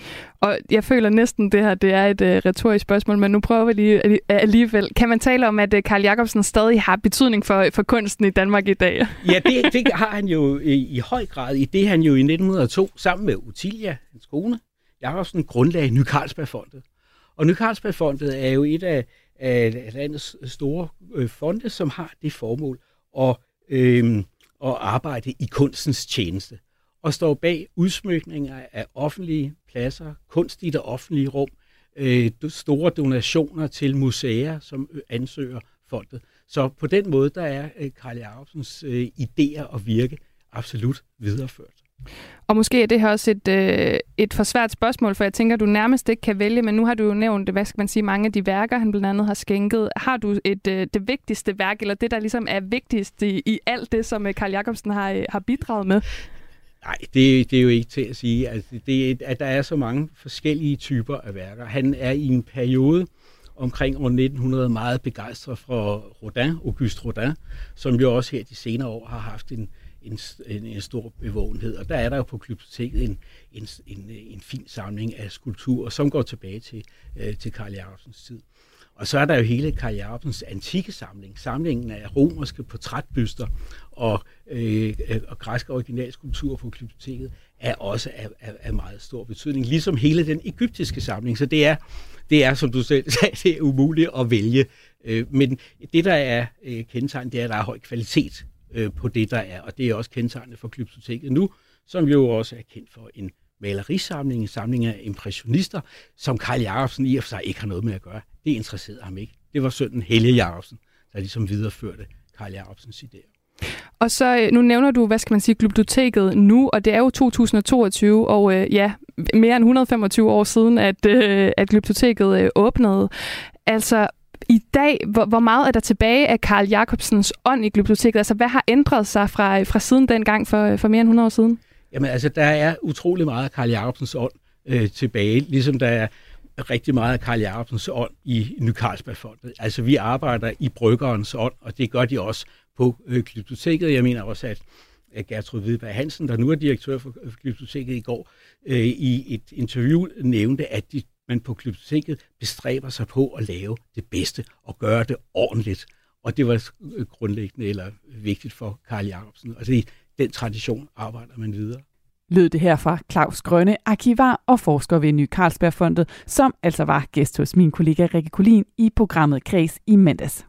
Og jeg føler næsten, det her det er et uh, retorisk spørgsmål, men nu prøver vi lige alligevel. Kan man tale om, at uh, Carl Jacobsen stadig har betydning for, for kunsten i Danmark i dag? Ja, det, det har han jo i, i høj grad. I det han jo i nitten hundrede og to, sammen med Ottilia, hans kone, Jacobsen, grundlagde Ny Carlsbergfondet. Og Ny Carlsbergfondet er jo et af, af landets store øh, fonde, som har det formål at, øh, at arbejde i kunstens tjeneste. Og står bag udsmykninger af offentlige pladser, kunst i det offentlige rum, øh, store donationer til museer, som ansøger fondet. Så på den måde, der er øh, Carl Jacobsens øh, idéer og virke absolut videreført. Og måske er det her også et, øh, et for svært spørgsmål, for jeg tænker, du nærmest ikke kan vælge, men nu har du jo nævnt, hvad skal man sige, mange af de værker, han blandt andet har skænket. Har du et, øh, det vigtigste værk, eller det, der ligesom er vigtigst i, i alt det, som Carl Jacobsen har, øh, har bidraget med? Nej, det, det er jo ikke til at sige, altså, det, at der er så mange forskellige typer af værker. Han er i en periode omkring år nitten hundrede meget begejstret fra Rodin, Auguste Rodin, som jo også her de senere år har haft en, en, en, en stor bevågenhed. Og der er der jo på Glyptoteket en, en, en, en fin samling af skulpturer, som går tilbage til, øh, til Carl Jacobsens tid. Og så er der jo hele Carl Jacobsens antikke samling. Samlingen af romerske portrætbyster og, øh, og græske originalskulpturer på Glyptoteket er også af, af, af meget stor betydning. Ligesom hele den egyptiske samling. Så det er, det er som du selv sagde, det er umuligt at vælge. Men det, der er kendetegn, det er, at der er høj kvalitet på det, der er. Og det er også kendetegnet for Glyptoteket nu, som jo også er kendt for en malerisamling, en samling af impressionister, som Carl Jacobsen i og for sig ikke har noget med at gøre. Det interesserede ham ikke. Det var sønnen Helge Jacobsen, der ligesom videreførte Carl Jacobsens idéer. Og så nu nævner du, hvad skal man sige, Glyptoteket nu, og det er jo to tusind og toogtyve, og øh, ja, mere end et hundrede og femogtyve år siden, at, øh, at Glyptoteket øh, åbnede. Altså, i dag, hvor, hvor meget er der tilbage af Carl Jacobsens ånd i Glyptoteket? Altså, hvad har ændret sig fra, fra siden dengang for, for mere end hundrede år siden? Jamen, altså, der er utrolig meget af Carl Jacobsens ånd øh, tilbage, ligesom der er rigtig meget af Carl Jacobsens ånd i Ny Carlsbergfondet. Altså, vi arbejder i bryggerens ånd, og det gør de også på øh, Glyptoteket. Jeg mener også, at, at Gertrud Hvidberg Hansen, der nu er direktør for Glyptoteket i går, øh, i et interview nævnte, at de, man på Glyptoteket bestræber sig på at lave det bedste og gøre det ordentligt. Og det var grundlæggende eller vigtigt for Carl Jacobsen. Og det, den tradition arbejder man videre. Lød det her fra Claus Grønne, arkivar og forsker ved Ny Carlsbergfondet, som altså var gæst hos min kollega Rikke Collin i programmet Kreds i mandags.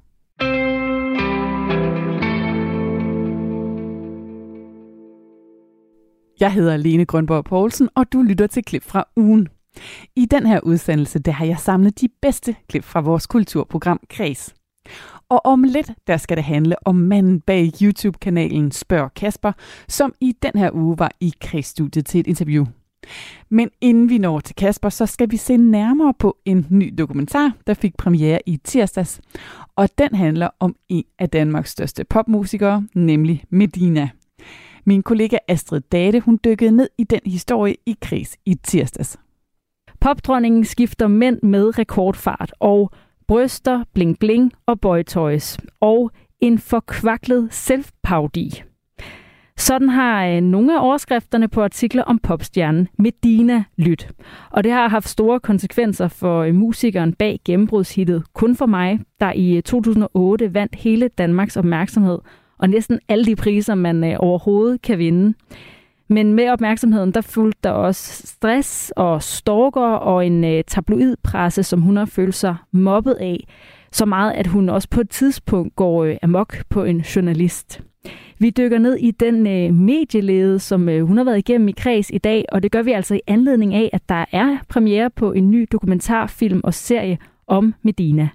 Jeg hedder Lene Grønborg Poulsen, og du lytter til klip fra ugen. I den her udsendelse der har jeg samlet de bedste klip fra vores kulturprogram Kreds. Og om lidt, der skal det handle om manden bag YouTube-kanalen Spørg Kasper, som i den her uge var i Kreds-studiet til et interview. Men inden vi når til Kasper, så skal vi se nærmere på en ny dokumentar, der fik premiere i tirsdags. Og den handler om en af Danmarks største popmusikere, nemlig Medina. Min kollega Astrid Date, hun dykkede ned i den historie i Kreds i tirsdags. Popdronningen skifter mænd med rekordfart, og bryster, bling bling og boytoys, og en forkvaklet self-parodi. Sådan har nogle af overskrifterne på artikler om popstjernen Medina lydt. Og det har haft store konsekvenser for musikeren bag gennembrudshittet Kun for mig, der i to tusind og otte vandt hele Danmarks opmærksomhed, og næsten alle de priser, man overhovedet kan vinde. Men med opmærksomheden, der fulgte der også stress og stalker og en tabloidpresse, som hun har følt sig mobbet af. Så meget, at hun også på et tidspunkt går amok på en journalist. Vi dykker ned i den øh, medielede, som øh, hun har været igennem i Kreds i dag, og det gør vi altså i anledning af, at der er premiere på en ny dokumentarfilm og serie om Medina.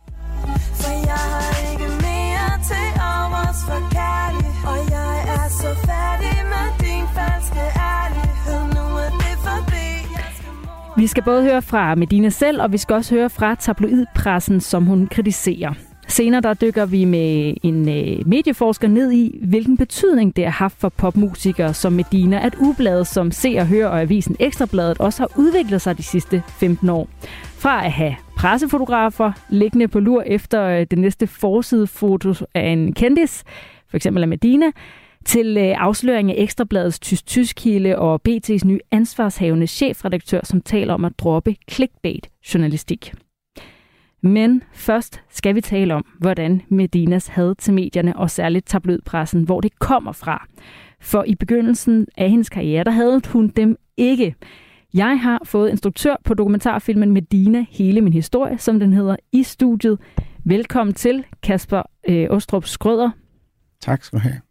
For jeg har ikke mere til overs for kærlig, og jeg er så færdig med din falske ærlighed. Nu er det forbi. Vi skal både høre fra Medina selv, og vi skal også høre fra tabloidpressen, som hun kritiserer. Senere der dykker vi med en øh, medieforsker ned i, hvilken betydning det har haft for popmusikere som Medina, at ugebladet som Se og Hør og avisen Ekstrabladet også har udviklet sig de sidste femten år. Fra at have pressefotografer liggende på lur efter øh, det næste forsidefoto af en kendis, for eksempel af Medina, til øh, afsløring af Ekstrabladets tysk-tysk-kilde og B T's nye ansvarshavende chefredaktør, som taler om at droppe clickbait-journalistik. Men først skal vi tale om, hvordan Medinas had til medierne og særligt tabloidpressen, hvor det kommer fra. For i begyndelsen af hendes karriere, der havde hun dem ikke. Jeg har fået instruktør på dokumentarfilmen Medina, hele min historie, som den hedder, i studiet. Velkommen til, Kasper øh, Ostrup Skrøder. Tak skal du have.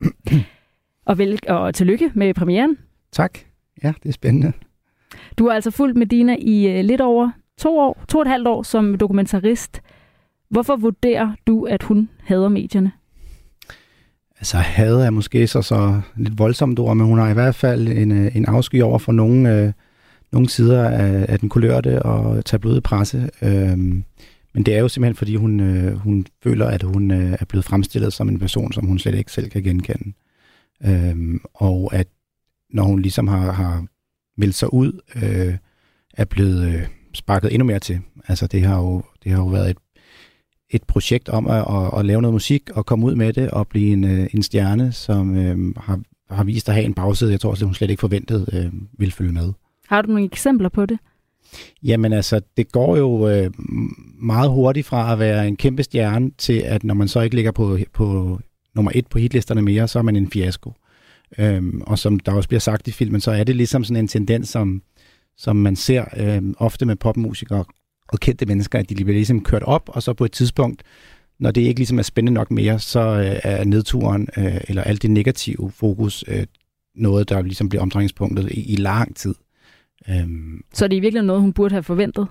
og, vel, og tillykke med premieren. Tak. Ja, det er spændende. Du har altså fulgt Medina i øh, lidt over To år, to og et halvt år som dokumentarist. Hvorfor vurderer du, at hun hader medierne? Altså, had er måske så, så lidt voldsomt ord, men hun har i hvert fald en, en afsky over for nogle, øh, nogle sider af, af den kulørte og tabloide presse. Øhm, men det er jo simpelthen, fordi hun, øh, hun føler, at hun øh, er blevet fremstillet som en person, som hun slet ikke selv kan genkende. Øhm, og at når hun ligesom har, har meldt sig ud, øh, er blevet Øh, sparket endnu mere til. Altså det har jo, det har jo været et, et projekt om at, at, at lave noget musik og komme ud med det og blive en, en stjerne, som øh, har, har vist at have en bagside, jeg tror også, at hun slet ikke forventede øh, ville følge med. Har du nogle eksempler på det? Jamen altså, det går jo øh, meget hurtigt fra at være en kæmpe stjerne til, at når man så ikke ligger på, på nummer et på hitlisterne mere, så er man en fiasko. Øhm, og som der også bliver sagt i filmen, så er det ligesom sådan en tendens, som som man ser øh, ofte med popmusikere og kendte mennesker, at de bliver ligesom kørt op, og så på et tidspunkt, når det ikke ligesom er spændende nok mere, så øh, er nedturen øh, eller alt det negative fokus øh, noget, der ligesom bliver omdrejningspunktet i, i lang tid. Øhm, så det er virkelig noget, hun burde have forventet?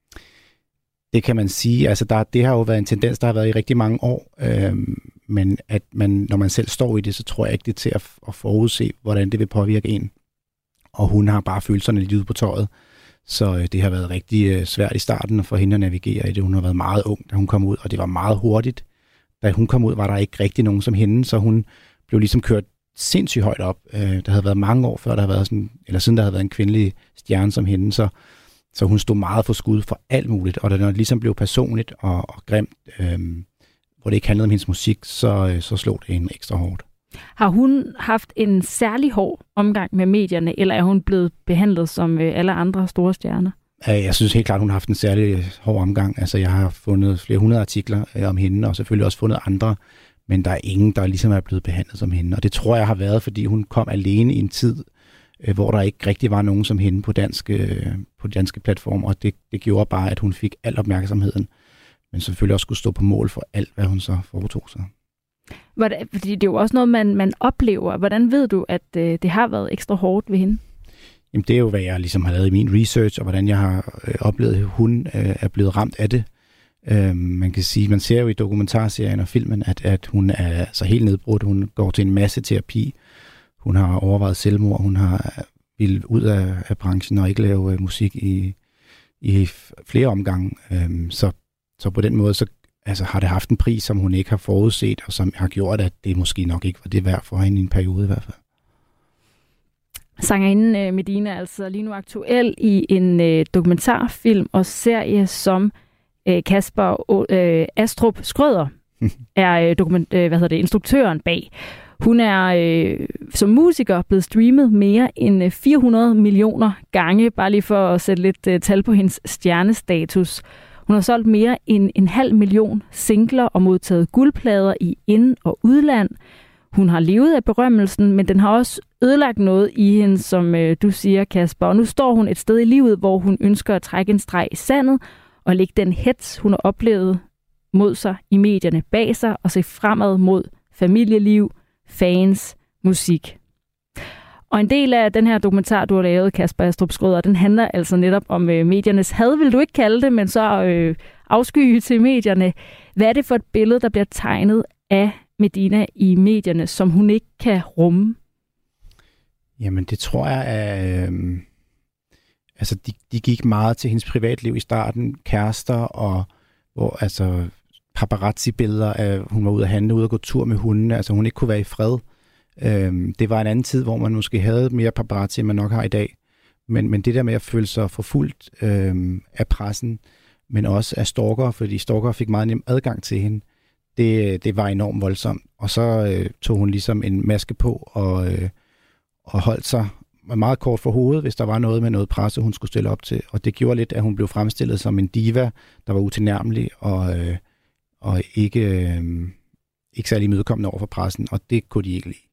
Det kan man sige. Altså, der, det har jo været en tendens, der har været i rigtig mange år, øhm, men at man, når man selv står i det, så tror jeg ikke, det er til at, at forudse, hvordan det vil påvirke en. Og hun har bare følelserne lidt ude på tøjet. Så øh, det har været rigtig øh, svært i starten for hende at navigere i det. Hun har været meget ung, da hun kom ud, og det var meget hurtigt. Da hun kom ud, var der ikke rigtig nogen som hende, så hun blev ligesom kørt sindssygt højt op. Øh, der havde været mange år før, der havde været sådan, eller siden der havde været en kvindelig stjerne som hende, så, så hun stod meget for skud for alt muligt. Og da det ligesom blev personligt og, og grimt, øh, hvor det ikke handlede om hendes musik, så, øh, så slog det hende ekstra hårdt. Har hun haft en særlig hård omgang med medierne, eller er hun blevet behandlet som alle andre store stjerner? Jeg synes helt klart, hun har haft en særlig hård omgang. Altså, jeg har fundet flere hundrede artikler om hende, og selvfølgelig også fundet andre, men der er ingen, der ligesom er blevet behandlet som hende. Og det tror jeg har været, fordi hun kom alene i en tid, hvor der ikke rigtig var nogen som hende på danske, på de danske platformer, og det, det gjorde bare, at hun fik al opmærksomheden, men selvfølgelig også skulle stå på mål for alt, hvad hun så foretog sig. Hvordan, fordi det er jo også noget, man, man oplever. Hvordan ved du, at øh, det har været ekstra hårdt ved hende? Jamen, det er jo, hvad jeg ligesom har lavet i min research, og hvordan jeg har øh, oplevet, at hun øh, er blevet ramt af det. Øh, man kan sige, man ser jo i dokumentarserien og filmen, at, at hun er altså helt nedbrudt. Hun går til en masse terapi. Hun har overvejet selvmord. Hun har vil ud af, af branchen og ikke lave uh, musik i, i flere omgange. Um, så, så på den måde så, altså, har det haft en pris, som hun ikke har forudset, og som har gjort, at det måske nok ikke var det værd for hende i en periode i hvert fald. Sangerinden Medina er altså lige nu aktuel i en uh, dokumentarfilm og serie, som uh, Kasper uh, Astrup Skrøder er uh, dokument, uh, hvad hedder det, instruktøren bag. Hun er øh, som musiker blevet streamet mere end fire hundrede millioner gange, bare lige for at sætte lidt øh, tal på hendes stjernestatus. Hun har solgt mere end en halv million singler og modtaget guldplader i ind- og udland. Hun har levet af berømmelsen, men den har også ødelagt noget i hende, som øh, du siger, Kasper. Og nu står hun et sted i livet, hvor hun ønsker at trække en streg i sandet og lægge den hets, hun har oplevet mod sig i medierne bag sig, og se fremad mod familieliv, fans, musik. Og en del af den her dokumentar, du har lavet, Kasper Astrup Skrøder, den handler altså netop om øh, mediernes had, vil du ikke kalde det, men så øh, afsky til medierne. Hvad er det for et billede, der bliver tegnet af Medina i medierne, som hun ikke kan rumme? Jamen, det tror jeg, at øh, altså, de, de gik meget til hendes privatliv i starten, kærester og hvor altså paparazzi-billeder af, hun var ude at handle, ude at gå tur med hundene, altså hun ikke kunne være i fred. Øhm, det var en anden tid, hvor man måske havde mere paparazzi, end man nok har i dag. Men, men det der med at føle sig forfulgt øhm, af pressen, men også af stalkere, fordi stalkere fik meget nem adgang til hende, det, det var enormt voldsomt. Og så øh, tog hun ligesom en maske på og, øh, og holdt sig meget kort for hovedet, hvis der var noget med noget presse, hun skulle stille op til. Og det gjorde lidt, at hun blev fremstillet som en diva, der var utilnærmelig og øh, og ikke, øh, ikke særlig imødekommende over for pressen, og det kunne de ikke lide.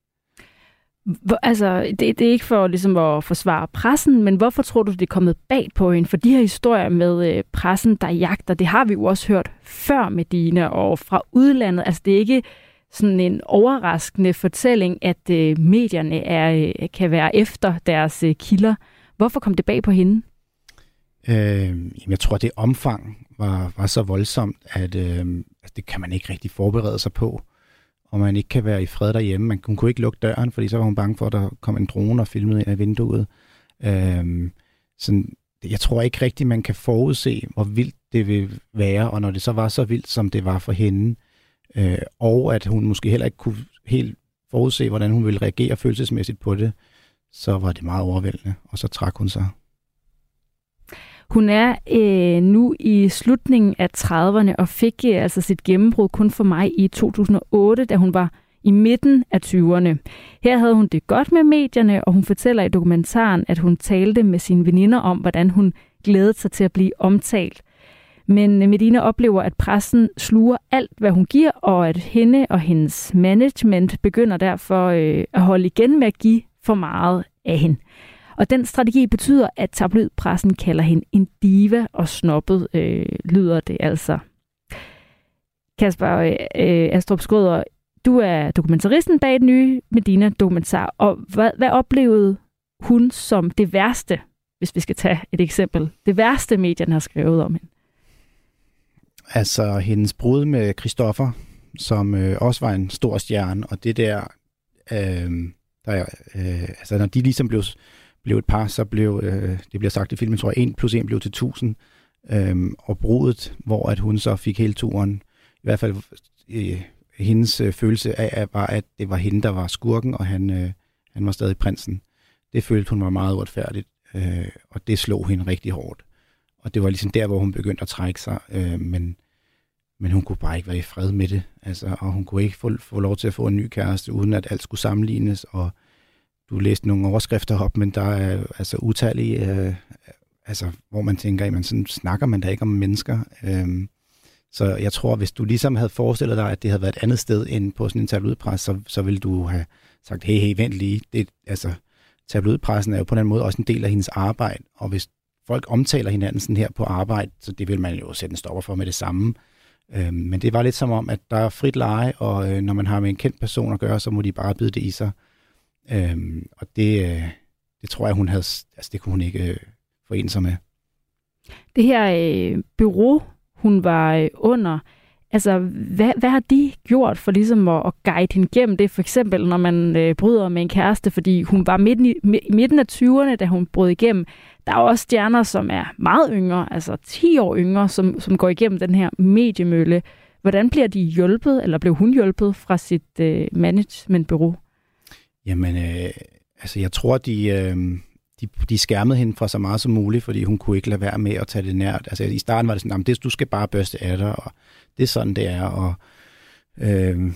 Hvor, altså, det, det er ikke for ligesom at forsvare pressen, men hvorfor tror du, det er kommet bag på hende? For de her historier med øh, pressen, der jagter, det har vi jo også hørt før Medina og fra udlandet. Altså, det er ikke sådan en overraskende fortælling, at øh, medierne er, øh, kan være efter deres øh, kilder. Hvorfor kom det bag på hende? Øh, jeg tror, det omfang var, var så voldsomt, at øh, altså, det kan man ikke rigtig forberede sig på, og man ikke kan være i fred derhjemme. Man, hun kunne ikke lukke døren, fordi så var hun bange for, at der kom en drone og filmede ind af vinduet. Øh, sådan, jeg tror ikke rigtigt, man kan forudse, hvor vildt det vil være, og når det så var så vildt, som det var for hende, øh, og at hun måske heller ikke kunne helt forudse, hvordan hun ville reagere følelsesmæssigt på det, så var det meget overvældende, og så trak hun sig. Hun er øh, nu i slutningen af trediverne og fik øh, altså sit gennembrud kun for mig i to tusind og otte, da hun var i midten af tyverne. Her havde hun det godt med medierne, og hun fortæller i dokumentaren, at hun talte med sine veninder om, hvordan hun glædede sig til at blive omtalt. Men Medina oplever, at pressen sluger alt, hvad hun giver, og at hende og hendes management begynder derfor øh, at holde igen med at give for meget af hende. Og den strategi betyder, at tabloidpressen kalder hende en diva, og snobbet øh, lyder det altså. Kasper øh, Astrup Skrøder, du er dokumentaristen bag den nye Medina-dokumentar, og hvad, hvad oplevede hun som det værste, hvis vi skal tage et eksempel, det værste medierne har skrevet om hende? Altså hendes brud med Christoffer, som øh, også var en stor stjerne, og det der, øh, der øh, altså når de ligesom blev blev et par, så blev, øh, det bliver sagt i filmen, tror jeg, en plus en blev til tusind. Øhm, og brudet, hvor at hun så fik hele turen. I hvert fald øh, hendes øh, følelse af, var, at det var hende, der var skurken, og han, øh, han var stadig prinsen. Det følte hun var meget uretfærdigt, øh, og det slog hende rigtig hårdt. Og det var ligesom der, hvor hun begyndte at trække sig, øh, men, men hun kunne bare ikke være i fred med det. Altså, og hun kunne ikke få, få lov til at få en ny kæreste, uden at alt skulle sammenlignes, og du læste nogle overskrifter op, men der er altså utallige, øh, altså, hvor man tænker, jamen sådan snakker man da ikke om mennesker. Øhm, så jeg tror, hvis du ligesom havde forestillet dig, at det havde været et andet sted end på sådan en tabloidpres, så, så ville du have sagt, hey, hey, vent lige. Det, altså, tabloidpressen er jo på den måde også en del af hendes arbejde, og hvis folk omtaler hinanden sådan her på arbejde, så det vil man jo sætte en stopper for med det samme. Øhm, men det var lidt som om, at der er frit leje, og øh, når man har med en kendt person at gøre, så må de bare bide det i sig. Øhm, og det, øh, det tror jeg, hun havde, altså det kunne hun ikke øh, forene sig med. Det her øh, bureau, hun var øh, under. Altså, hvad, hvad har de gjort for ligesom at, at guide hende gennem det? For eksempel, når man øh, bryder med en kæreste, fordi hun var midten i, i midten af tyverne, da hun brød igennem. Der er også stjerner, som er meget yngre, altså ti år yngre, som, som går igennem den her mediemølle. Hvordan bliver de hjulpet, eller blev hun hjulpet fra sit øh, managementbureau? Jamen, øh, altså jeg tror, de, øh, de, de skærmede hende fra så meget som muligt, fordi hun kunne ikke lade være med at tage det nært. Altså i starten var det sådan, det, du skal bare børste af dig, og det er sådan, det er, og øh,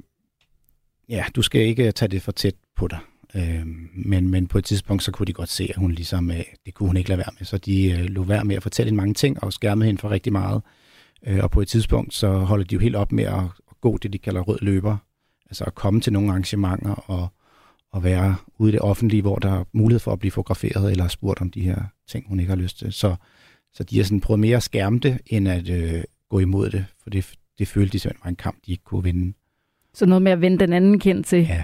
ja, du skal ikke tage det for tæt på dig. Øh, men, men på et tidspunkt, så kunne de godt se, at hun ligesom, øh, det kunne hun ikke lade være med, så de øh, lå være med at fortælle hende mange ting, og skærmede hende for rigtig meget. Øh, og på et tidspunkt, så holder de jo helt op med at, at gå det, de kalder rød løber, altså at komme til nogle arrangementer, og, og være ude i det offentlige, hvor der er mulighed for at blive fotograferet, eller spurgt om de her ting, hun ikke har lyst til. Så, så de har sådan prøvet mere at skærme det, end at øh, gå imod det, for det, det følte de simpelthen var en kamp, de ikke kunne vinde. Så noget med at vende den anden kind til. Ja.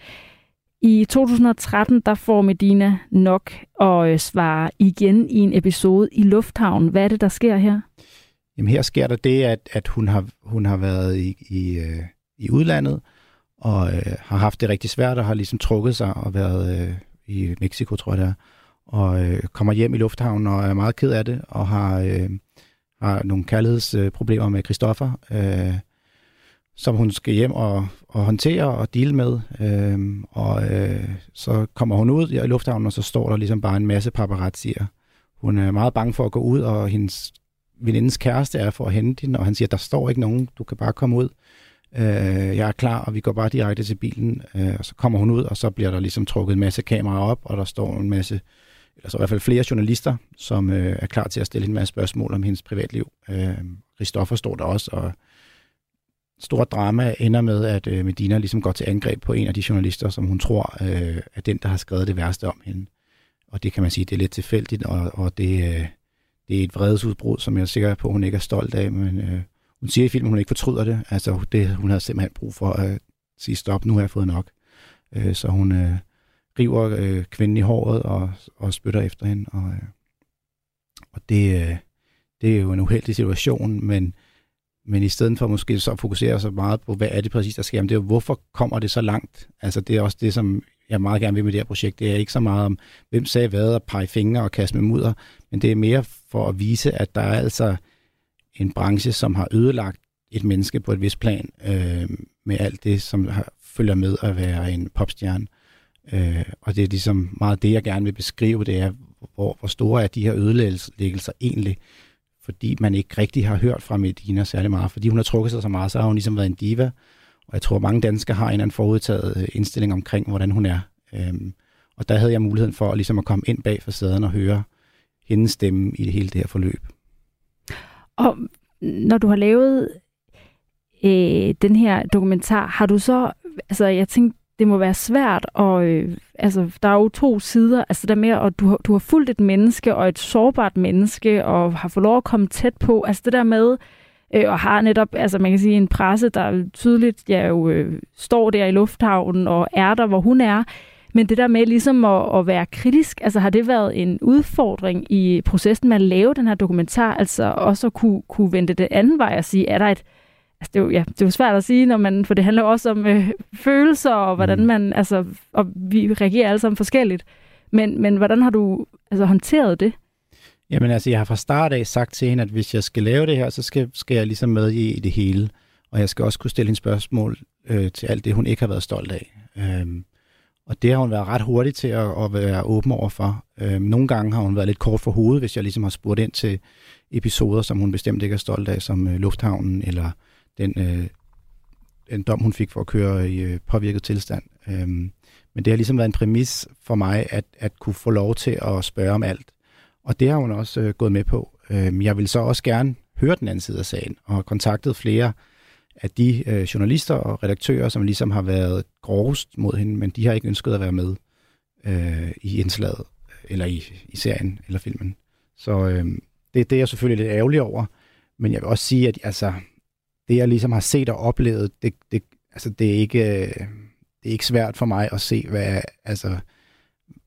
I to tusind og tretten, der får Medina nok og øh, svarer igen i en episode i Lufthavnen. Hvad er det, der sker her? Jamen her sker der det, at, at hun, har, hun har været i, i, øh, i udlandet, og øh, har haft det rigtig svært, og har ligesom trukket sig og været øh, i Mexico, tror jeg det er, og øh, kommer hjem i Lufthavnen og er meget ked af det, og har, øh, har nogle kærlighedsproblemer med Christoffer, øh, som hun skal hjem og, og håndtere og deale med. Øh, og øh, så kommer hun ud i Lufthavnen, og så står der ligesom bare en masse paparazzier. Hun er meget bange for at gå ud, og hendes venindens kæreste er for at hente hende, og han siger, der står ikke nogen, du kan bare komme ud. Øh, jeg er klar, og vi går bare direkte til bilen, øh, og så kommer hun ud, og så bliver der ligesom trukket en masse kameraer op, og der står en masse, eller så i hvert fald flere journalister, som øh, er klar til at stille en masse spørgsmål om hendes privatliv. Øh, Christoffer står der også, og stort drama ender med, at øh, Medina ligesom går til angreb på en af de journalister, som hun tror øh, er den, der har skrevet det værste om hende. Og det kan man sige, det er lidt tilfældigt, og, og det, øh, det er et vredesudbrud, som jeg er sikker på, hun ikke er stolt af, men øh, hun siger i filmen, hun ikke fortryder det. Altså, det, hun havde simpelthen brug for at sige stop, nu har jeg fået nok. Øh, så hun øh, river øh, kvinden i håret og, og spytter efter hende. Og, øh, og det, øh, det er jo en uheldig situation, men, men i stedet for måske så fokusere så meget på, hvad er det præcis, der sker, det er jo, hvorfor kommer det så langt? Altså, det er også det, som jeg meget gerne vil med det her projekt. Det er ikke så meget om, hvem sagde hvad, og pege fingre og kaste med mudder, men det er mere for at vise, at der er altså en branche, som har ødelagt et menneske på et vist plan, øh, med alt det, som har, følger med at være en popstjerne. Øh, og det er ligesom meget det, jeg gerne vil beskrive, det er, hvor, hvor store er de her ødelæggelser egentlig, fordi man ikke rigtig har hørt fra Medina særlig meget, fordi hun har trukket sig så meget, så har hun ligesom været en diva, og jeg tror, mange danskere har en eller anden forudtaget indstilling omkring, hvordan hun er. Øhm, og der havde jeg muligheden for ligesom at komme ind bag facaden og høre hendes stemme i det hele det her forløb. Og når du har lavet øh, den her dokumentar, har du så, altså jeg tænkte, det må være svært, og øh, altså der er jo to sider, altså der med, at du har, du har fulgt et menneske, og et sårbart menneske, og har fået lov at komme tæt på, altså det der med, øh, og har netop, altså man kan sige, en presse, der tydeligt ja, jo, øh, står der i lufthavnen, og er der, hvor hun er, men det der med ligesom at, at være kritisk, altså har det været en udfordring i processen med at lave den her dokumentar, altså også at kunne, kunne vende det anden vej og sige, er der et, altså det er jo, ja, det er jo svært at sige, når man, for det handler også om øh, følelser, og hvordan man, altså, og vi reagerer alle sammen forskelligt, men, men hvordan har du altså håndteret det? Jamen altså, jeg har fra start af sagt til hende, at hvis jeg skal lave det her, så skal, skal jeg ligesom med i det hele, og jeg skal også kunne stille hende spørgsmål øh, til alt det, hun ikke har været stolt af. Øhm, Og det har hun været ret hurtig til at, at være åben over for. Øhm, nogle gange har hun været lidt kort for hovedet, hvis jeg ligesom har spurgt ind til episoder, som hun bestemt ikke er stolt af, som øh, Lufthavnen, eller den, øh, den dom, hun fik for at køre i øh, påvirket tilstand. Øhm, men det har ligesom været en præmis for mig, at, at kunne få lov til at spørge om alt. Og det har hun også øh, gået med på. Øhm, jeg vil så også gerne høre den anden side af sagen, og har kontaktet flere af de øh, journalister og redaktører, som ligesom har været grovest mod hende, men de har ikke ønsket at være med øh, i indslaget, eller i, i serien, eller filmen. Så øh, det, det er jeg selvfølgelig lidt ærgerlig over, men jeg vil også sige, at altså, det jeg ligesom har set og oplevet, det, det, altså, det, er, ikke, det er ikke svært for mig at se, hvad, altså,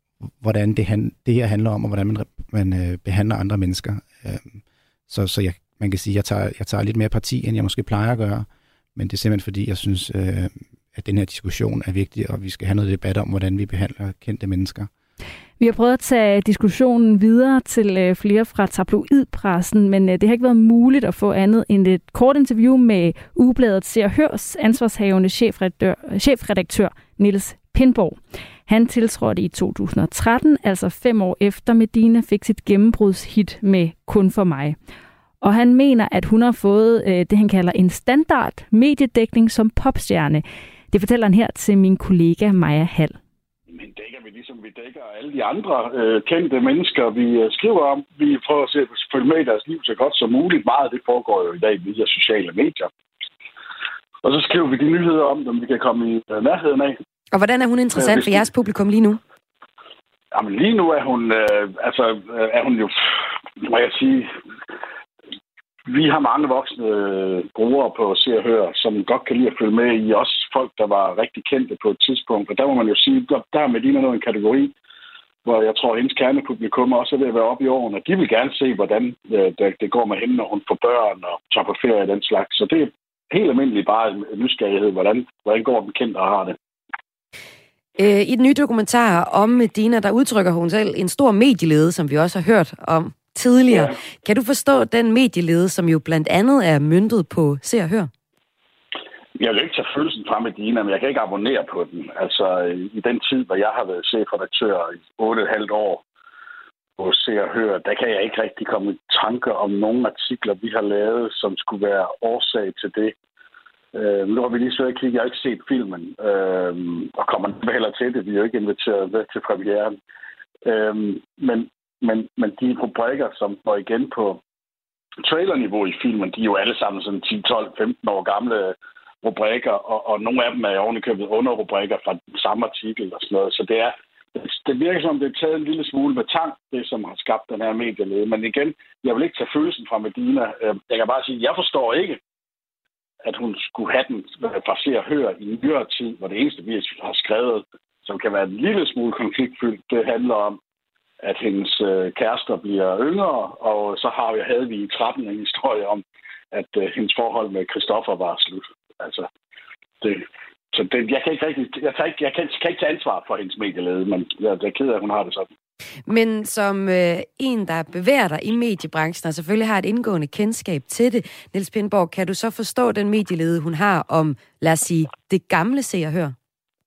hvordan det, han, det her handler om, og hvordan man, man øh, behandler andre mennesker. Øh, så, så jeg man kan sige, at jeg tager, jeg tager lidt mere parti, end jeg måske plejer at gøre. Men det er simpelthen fordi, jeg synes, øh, at den her diskussion er vigtig, og vi skal have noget debat om, hvordan vi behandler kendte mennesker. Vi har prøvet at tage diskussionen videre til flere fra tabloidpressen, men det har ikke været muligt at få andet end et kort interview med ugebladet Se og Hørs ansvarshavende chefredaktør, chefredaktør Niels Pindborg. Han tiltrådte i to tusind og tretten, altså fem år efter Medina fik sit gennembrudshit med Kun for mig. Og han mener, at hun har fået det, han kalder en standard mediedækning som popstjerne. Det fortæller han her til min kollega Maja Hall. Men dækker vi ligesom vi dækker alle de andre øh, kendte mennesker, vi øh, skriver om. Vi prøver at se, følge med i deres liv så godt som muligt. Meget af det foregår jo i dag via sociale medier. Og så skriver vi de nyheder om dem, vi kan komme i øh, nærheden af. Og hvordan er hun interessant øh, for jeres publikum lige nu? Jamen lige nu er hun, øh, altså, øh, er hun jo, må jeg sige... Vi har mange voksne brugere på Se og Hør, som godt kan lide at følge med i. Også folk, der var rigtig kendte på et tidspunkt. Og der må man jo sige, der er Medina noget en kategori, hvor jeg tror, at hendes kernepublikum også er ved at være oppe i årene. De vil gerne se, hvordan det går med hende, når hun får børn og tager på ferie og den slags. Så det er helt almindeligt bare en nysgerrighed, hvordan, hvordan går den kendte og har det. I den nye dokumentar om Medina, der udtrykker hun selv en stor medielede, som vi også har hørt om tidligere. Ja. Kan du forstå den medielede, som jo blandt andet er møntet på Se og Hør? Jeg vil ikke tage følelsen fra Medina, men jeg kan ikke abonnere på den. Altså, i den tid, hvor jeg har været chefredaktør i otte og et halvt år på Se og Hør, der kan jeg ikke rigtig komme i tanker om nogle artikler, vi har lavet, som skulle være årsag til det. Øh, nu har vi lige så ikke kigget, jeg har ikke set filmen, øh, og kommer heller til det. Vi er jo ikke inviteret med til premieren. Øh, men Men, men de rubrikker, som går igen på trailerniveau i filmen, de er jo alle sammen sådan ti, tolv, femten år gamle rubrikker, og, og nogle af dem er ovenikøbet underrubrikker fra samme artikel og sådan noget. Så det er, det virker som, det er taget en lille smule med tang, det som har skabt den her medielede. Men igen, jeg vil ikke tage følelsen fra Medina. Jeg kan bare sige, jeg forstår ikke, at hun skulle have den fra Se og Hør i nyere tid, hvor det eneste, vi har skrevet, som kan være en lille smule konfliktfyldt, det handler om, at hendes øh, kærester bliver yngre, og så har vi, havde vi i tretten en historie om, at øh, hendes forhold med Christoffer var slut. Altså, det, så det, jeg kan ikke rigtig, jeg, tager ikke, jeg kan, kan ikke tage ansvar for hendes medielede, men jeg, jeg er ked af, at hun har det sådan. Men som øh, en, der bevæger dig i mediebranchen, og selvfølgelig har et indgående kendskab til det, Niels Pindborg, kan du så forstå den medielede, hun har om, lad os sige, det gamle Se og Hør?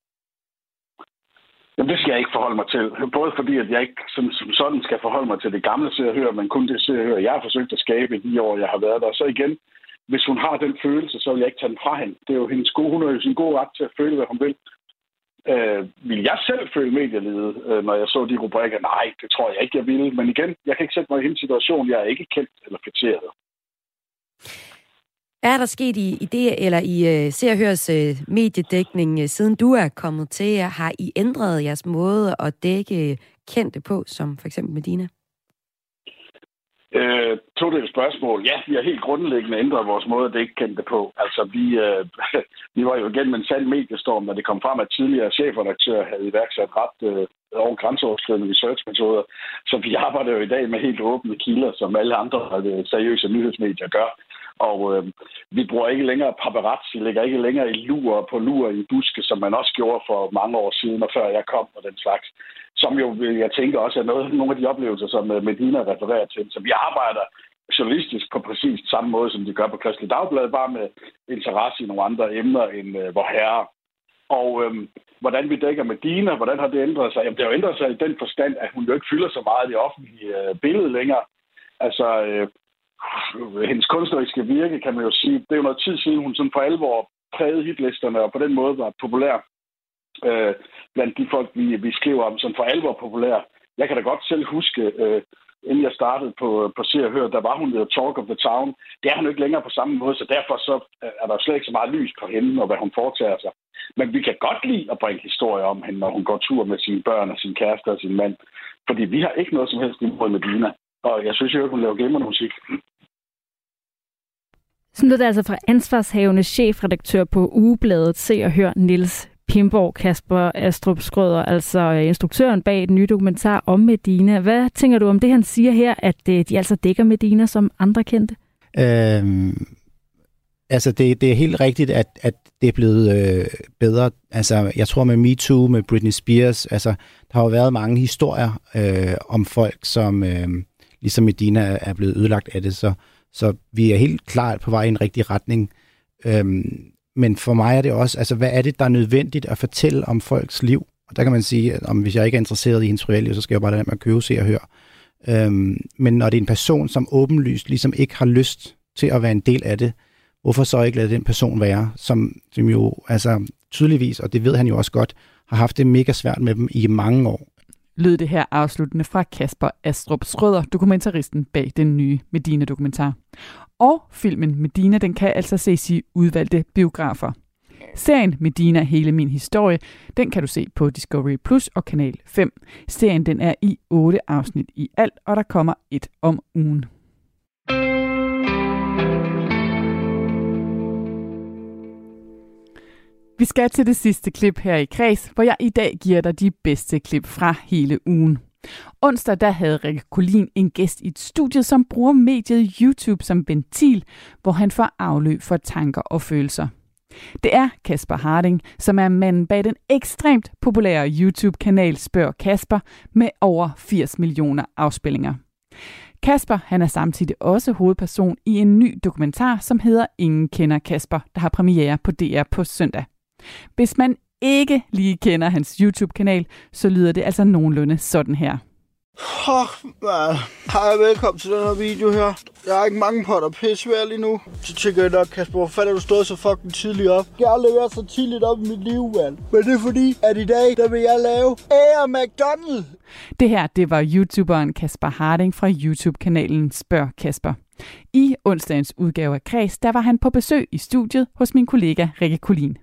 Jamen, det skal jeg ikke forholde mig til. Både fordi, at jeg ikke som, som sådan skal forholde mig til det gamle Se og Hør, men kun det Se og Hør, jeg har forsøgt at skabe i de år, jeg har været der. Og så igen, hvis hun har den følelse, så vil jeg ikke tage den fra hende. Det er jo hendes gode, hun har jo sin gode ret til at føle, hvad hun vil. Øh, vil jeg selv føle medielede, øh, når jeg så de rubrikker? Nej, det tror jeg ikke, jeg ville. Men igen, jeg kan ikke sætte mig i hendes situation. Jeg er ikke kendt eller fætteret. Hvad er der sket i, i det, eller i uh, Se og Hørs uh, mediedækning, uh, siden du er kommet til? Har I ændret jeres måde at dække kendte på, som for eksempel Medina? Øh, to det spørgsmål. Ja, vi har helt grundlæggende ændret vores måde at dække kendte på. Altså, vi, øh, vi var jo igennem en sand mediestorm, da det kom frem, at tidligere chefredaktører havde iværksat ret øh, over grænseoverskridende researchmetoder. Så vi arbejder jo i dag med helt åbne kilder, som alle andre øh, seriøse nyhedsmedier gør. Og øh, vi bruger ikke længere paparazzi, ligger ikke længere i lurer på lurer i buske, som man også gjorde for mange år siden, og før jeg kom og den slags. Som jo, jeg tænker også, er noget, nogle af de oplevelser, som Medina refererer til. Så vi arbejder journalistisk på præcis samme måde, som de gør på Kristeligt Dagblad, bare med interesse i nogle andre emner end øh, vor herre. Og øh, hvordan vi dækker Medina, hvordan har det ændret sig? Jamen, det har jo ændret sig i den forstand, at hun jo ikke fylder så meget i det offentlige øh, billede længere. Altså, øh, hendes kunstneriske virke, kan man jo sige, det er jo noget tid siden, hun sådan for alvor prægede hitlisterne, og på den måde var populær øh, blandt de folk, vi, vi skriver om, som for alvor populær. Jeg kan da godt selv huske, øh, inden jeg startede på, på Se og Hør, der var hun the talk of the town. Det er hun ikke længere på samme måde, så derfor så er der slet ikke så meget lys på hende, og hvad hun foretager sig. Men vi kan godt lide at bringe historier om hende, når hun går tur med sine børn og sin kæreste og sin mand. Fordi vi har ikke noget som helst imod Medina. Og jeg synes jo, at hun laver glimrende musik. Sådan lød det altså fra ansvarshavende chefredaktør på ugebladet Se og Hør, Niels Pindborg. Kasper Astrup Skrøder, altså instruktøren bag den nye dokumentar om Medina. Hvad tænker du om det, han siger her, at de altså dækker Medina som andre kendte? Øhm, altså, det, det er helt rigtigt, at, at det er blevet øh, bedre. Altså, jeg tror med MeToo, med Britney Spears, altså, der har jo været mange historier øh, om folk, som øh, ligesom Medina er blevet ødelagt af det, så, så vi er helt klart på vej i en rigtig retning. Øhm, men for mig er det også, altså, hvad er det, der er nødvendigt at fortælle om folks liv? Og der kan man sige, at om, hvis jeg ikke er interesseret i hendes privatliv, så skal jeg bare lade være med at købe, se og høre. Øhm, men når det er en person, som åbenlyst ligesom ikke har lyst til at være en del af det, hvorfor så ikke lade den person være, som, som jo altså tydeligvis, og det ved han jo også godt, har haft det mega svært med dem i mange år. Lød det her afsluttende fra Kasper Astrup Schrøder, dokumentaristen bag den nye Medina-dokumentar. Og filmen Medina, den kan altså ses i udvalgte biografer. Serien Medina, hele min historie, den kan du se på Discovery Plus og Kanal fem. Serien den er i otte afsnit i alt, og der kommer et om ugen. Vi skal til det sidste klip her i Kreds, hvor jeg i dag giver dig de bedste klip fra hele ugen. Onsdag der havde Rikke Collin en gæst i et studie, som bruger mediet YouTube som ventil, hvor han får afløb for tanker og følelser. Det er Kasper Harding, som er manden bag den ekstremt populære YouTube-kanal Spørg Kasper med over firs millioner afspillinger. Kasper han er samtidig også hovedperson i en ny dokumentar, som hedder Ingen kender Kasper, der har premiere på D R på søndag. Hvis man ikke lige kender hans YouTube-kanal, så lyder det altså nogenlunde sådan her. Fuck, man. Hej, velkommen til den her video her. Jeg har ikke mange potter pissevær lige nu. Så tænker jeg nok, Kasper, hvor fanden er du stået så fucking tidligt op? Jeg har aldrig været så tidligt op i mit liv, mand. Men det er fordi, at i dag, der vil jeg lave Ære McDonald. Det her, det var YouTuberen Kasper Harding fra YouTube-kanalen Spørg Kasper. I onsdagens udgave af Kreds, der var han på besøg i studiet hos min kollega Rikke Collin.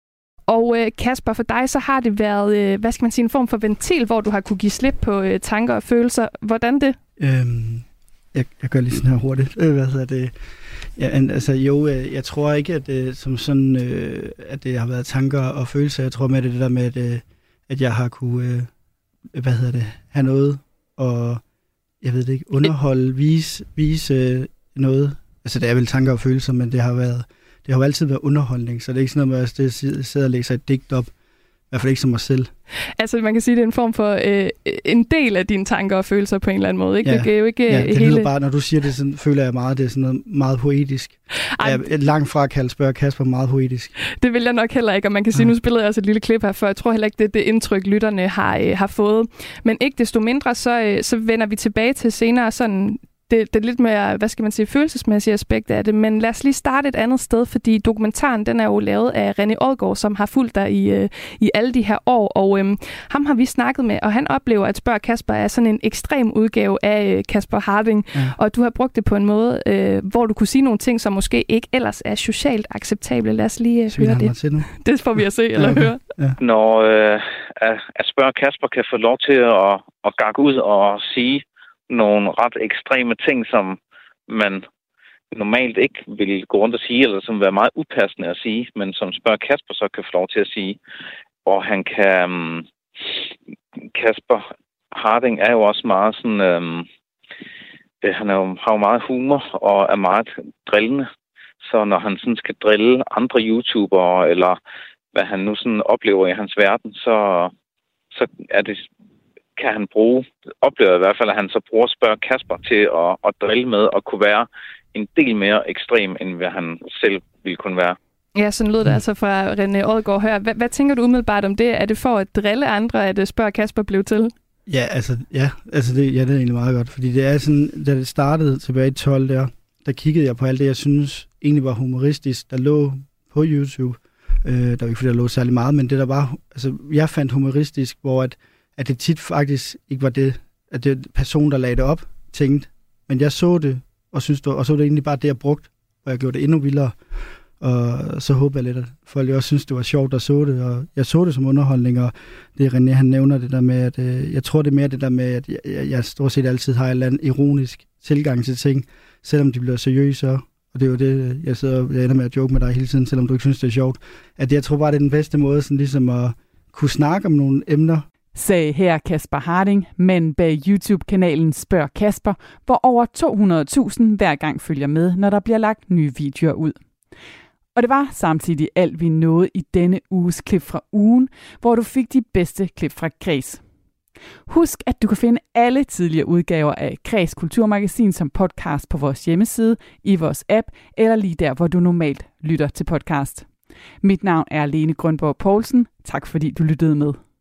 Og øh, Kasper, for dig så har det været, øh, hvad skal man sige, en form for ventil, hvor du har kunne give slip på øh, tanker og følelser. Hvordan det? Øhm, jeg, jeg gør lige sådan her hurtigt. Øh, hvad hedder det? Ja, altså jo, øh, jeg tror ikke, at det, som sådan, øh, at det har været tanker og følelser. Jeg tror med det, det der med, at, øh, at jeg har kunne, øh, hvad hedder det, have noget og, jeg ved det ikke, underholde, vise, vise øh, noget. Altså det er vel tanker og følelser, men det har været Det har jo altid været underholdning, så det er ikke sådan noget med, at jeg sidder og læser et digt op. I hvert fald ikke som mig selv. Altså man kan sige, at det er en form for øh, en del af dine tanker og følelser på en eller anden måde. Ikke? Ja, det er jo ikke ja, det hele... lyder bare, når du siger det, sådan, føler jeg meget, det er sådan noget meget poetisk. Ej, jeg er langt fra at kalde Spørg Kasper meget poetisk. Det vil jeg nok heller ikke, og man kan sige, ja. Nu spillede jeg også et lille klip her, for jeg tror heller ikke, det er det indtryk, lytterne har, øh, har fået. Men ikke desto mindre, så, øh, så vender vi tilbage til senere sådan... Det, det er lidt mere, hvad skal man sige, følelsesmæssige aspekt af det, men lad os lige starte et andet sted, fordi dokumentaren, den er jo lavet af René Odgaard, som har fulgt dig i, øh, i alle de her år, og øh, ham har vi snakket med, og han oplever, at Spørg Kasper er sådan en ekstrem udgave af øh, Kasper Harding, ja. Og du har brugt det på en måde, øh, hvor du kunne sige nogle ting, som måske ikke ellers er socialt acceptable. Lad os lige øh, høre det. Det får vi at se eller ja, okay. høre. Ja. Når øh, at Spørg Kasper kan få lov til at, at gakke ud og sige nogle ret ekstreme ting, som man normalt ikke vil gå rundt og sige, eller som vil være meget upassende at sige, men som Spørg Kasper så kan få lov til at sige. Og han kan... Um, Kasper Harding er jo også meget sådan... Um, han er jo, har jo meget humor og er meget drillende. Så når han sådan skal drille andre YouTubere, eller hvad han nu sådan oplever i hans verden, så, så er det... kan han bruge, oplever i hvert fald, at han så bruger Spørg Kasper til at, at drille med og kunne være en del mere ekstrem, end hvad han selv ville kunne være. Ja, sådan lød det altså fra René Odgaard her. Hvad, hvad tænker du umiddelbart om det? Er det for at drille andre, at Spørg Kasper blev til? Ja, altså, ja, altså det, ja, det er egentlig meget godt, fordi det er sådan, da det startede tilbage i tolv der, der kiggede jeg på alt det, jeg synes egentlig var humoristisk, der lå på YouTube. Øh, der var ikke fordi, der lå særlig meget, men det der var, altså jeg fandt humoristisk, hvor at at det tit faktisk ikke var det, at det person, der lagde det op, tænkte. Men jeg så det, og, synes det, og så var det egentlig bare det, jeg brugte, og jeg gjorde det endnu vildere. Og så håber jeg lidt, at folk også synes, det var sjovt, der så det, og jeg så det som underholdning, og det er René, han nævner det der med, at øh, jeg tror det er mere det der med, at jeg, jeg stort set altid har en eller anden ironisk tilgang til ting, selvom de bliver seriøse, og det er jo det, jeg sidder og jeg ender med at joke med dig hele tiden, selvom du ikke synes, det er sjovt, at jeg tror bare, det er den bedste måde, sådan ligesom at kunne snakke om nogle emner, Sagde her Kasper Harding, men bag YouTube-kanalen Spørg Kasper, hvor over to hundrede tusind hver gang følger med, når der bliver lagt nye videoer ud. Og det var samtidig alt, vi nåede i denne uges klip fra ugen, hvor du fik de bedste klip fra Kreds. Husk, at du kan finde alle tidligere udgaver af Kreds Kulturmagasin som podcast på vores hjemmeside, i vores app eller lige der, hvor du normalt lytter til podcast. Mit navn er Lene Grønborg Poulsen. Tak fordi du lyttede med.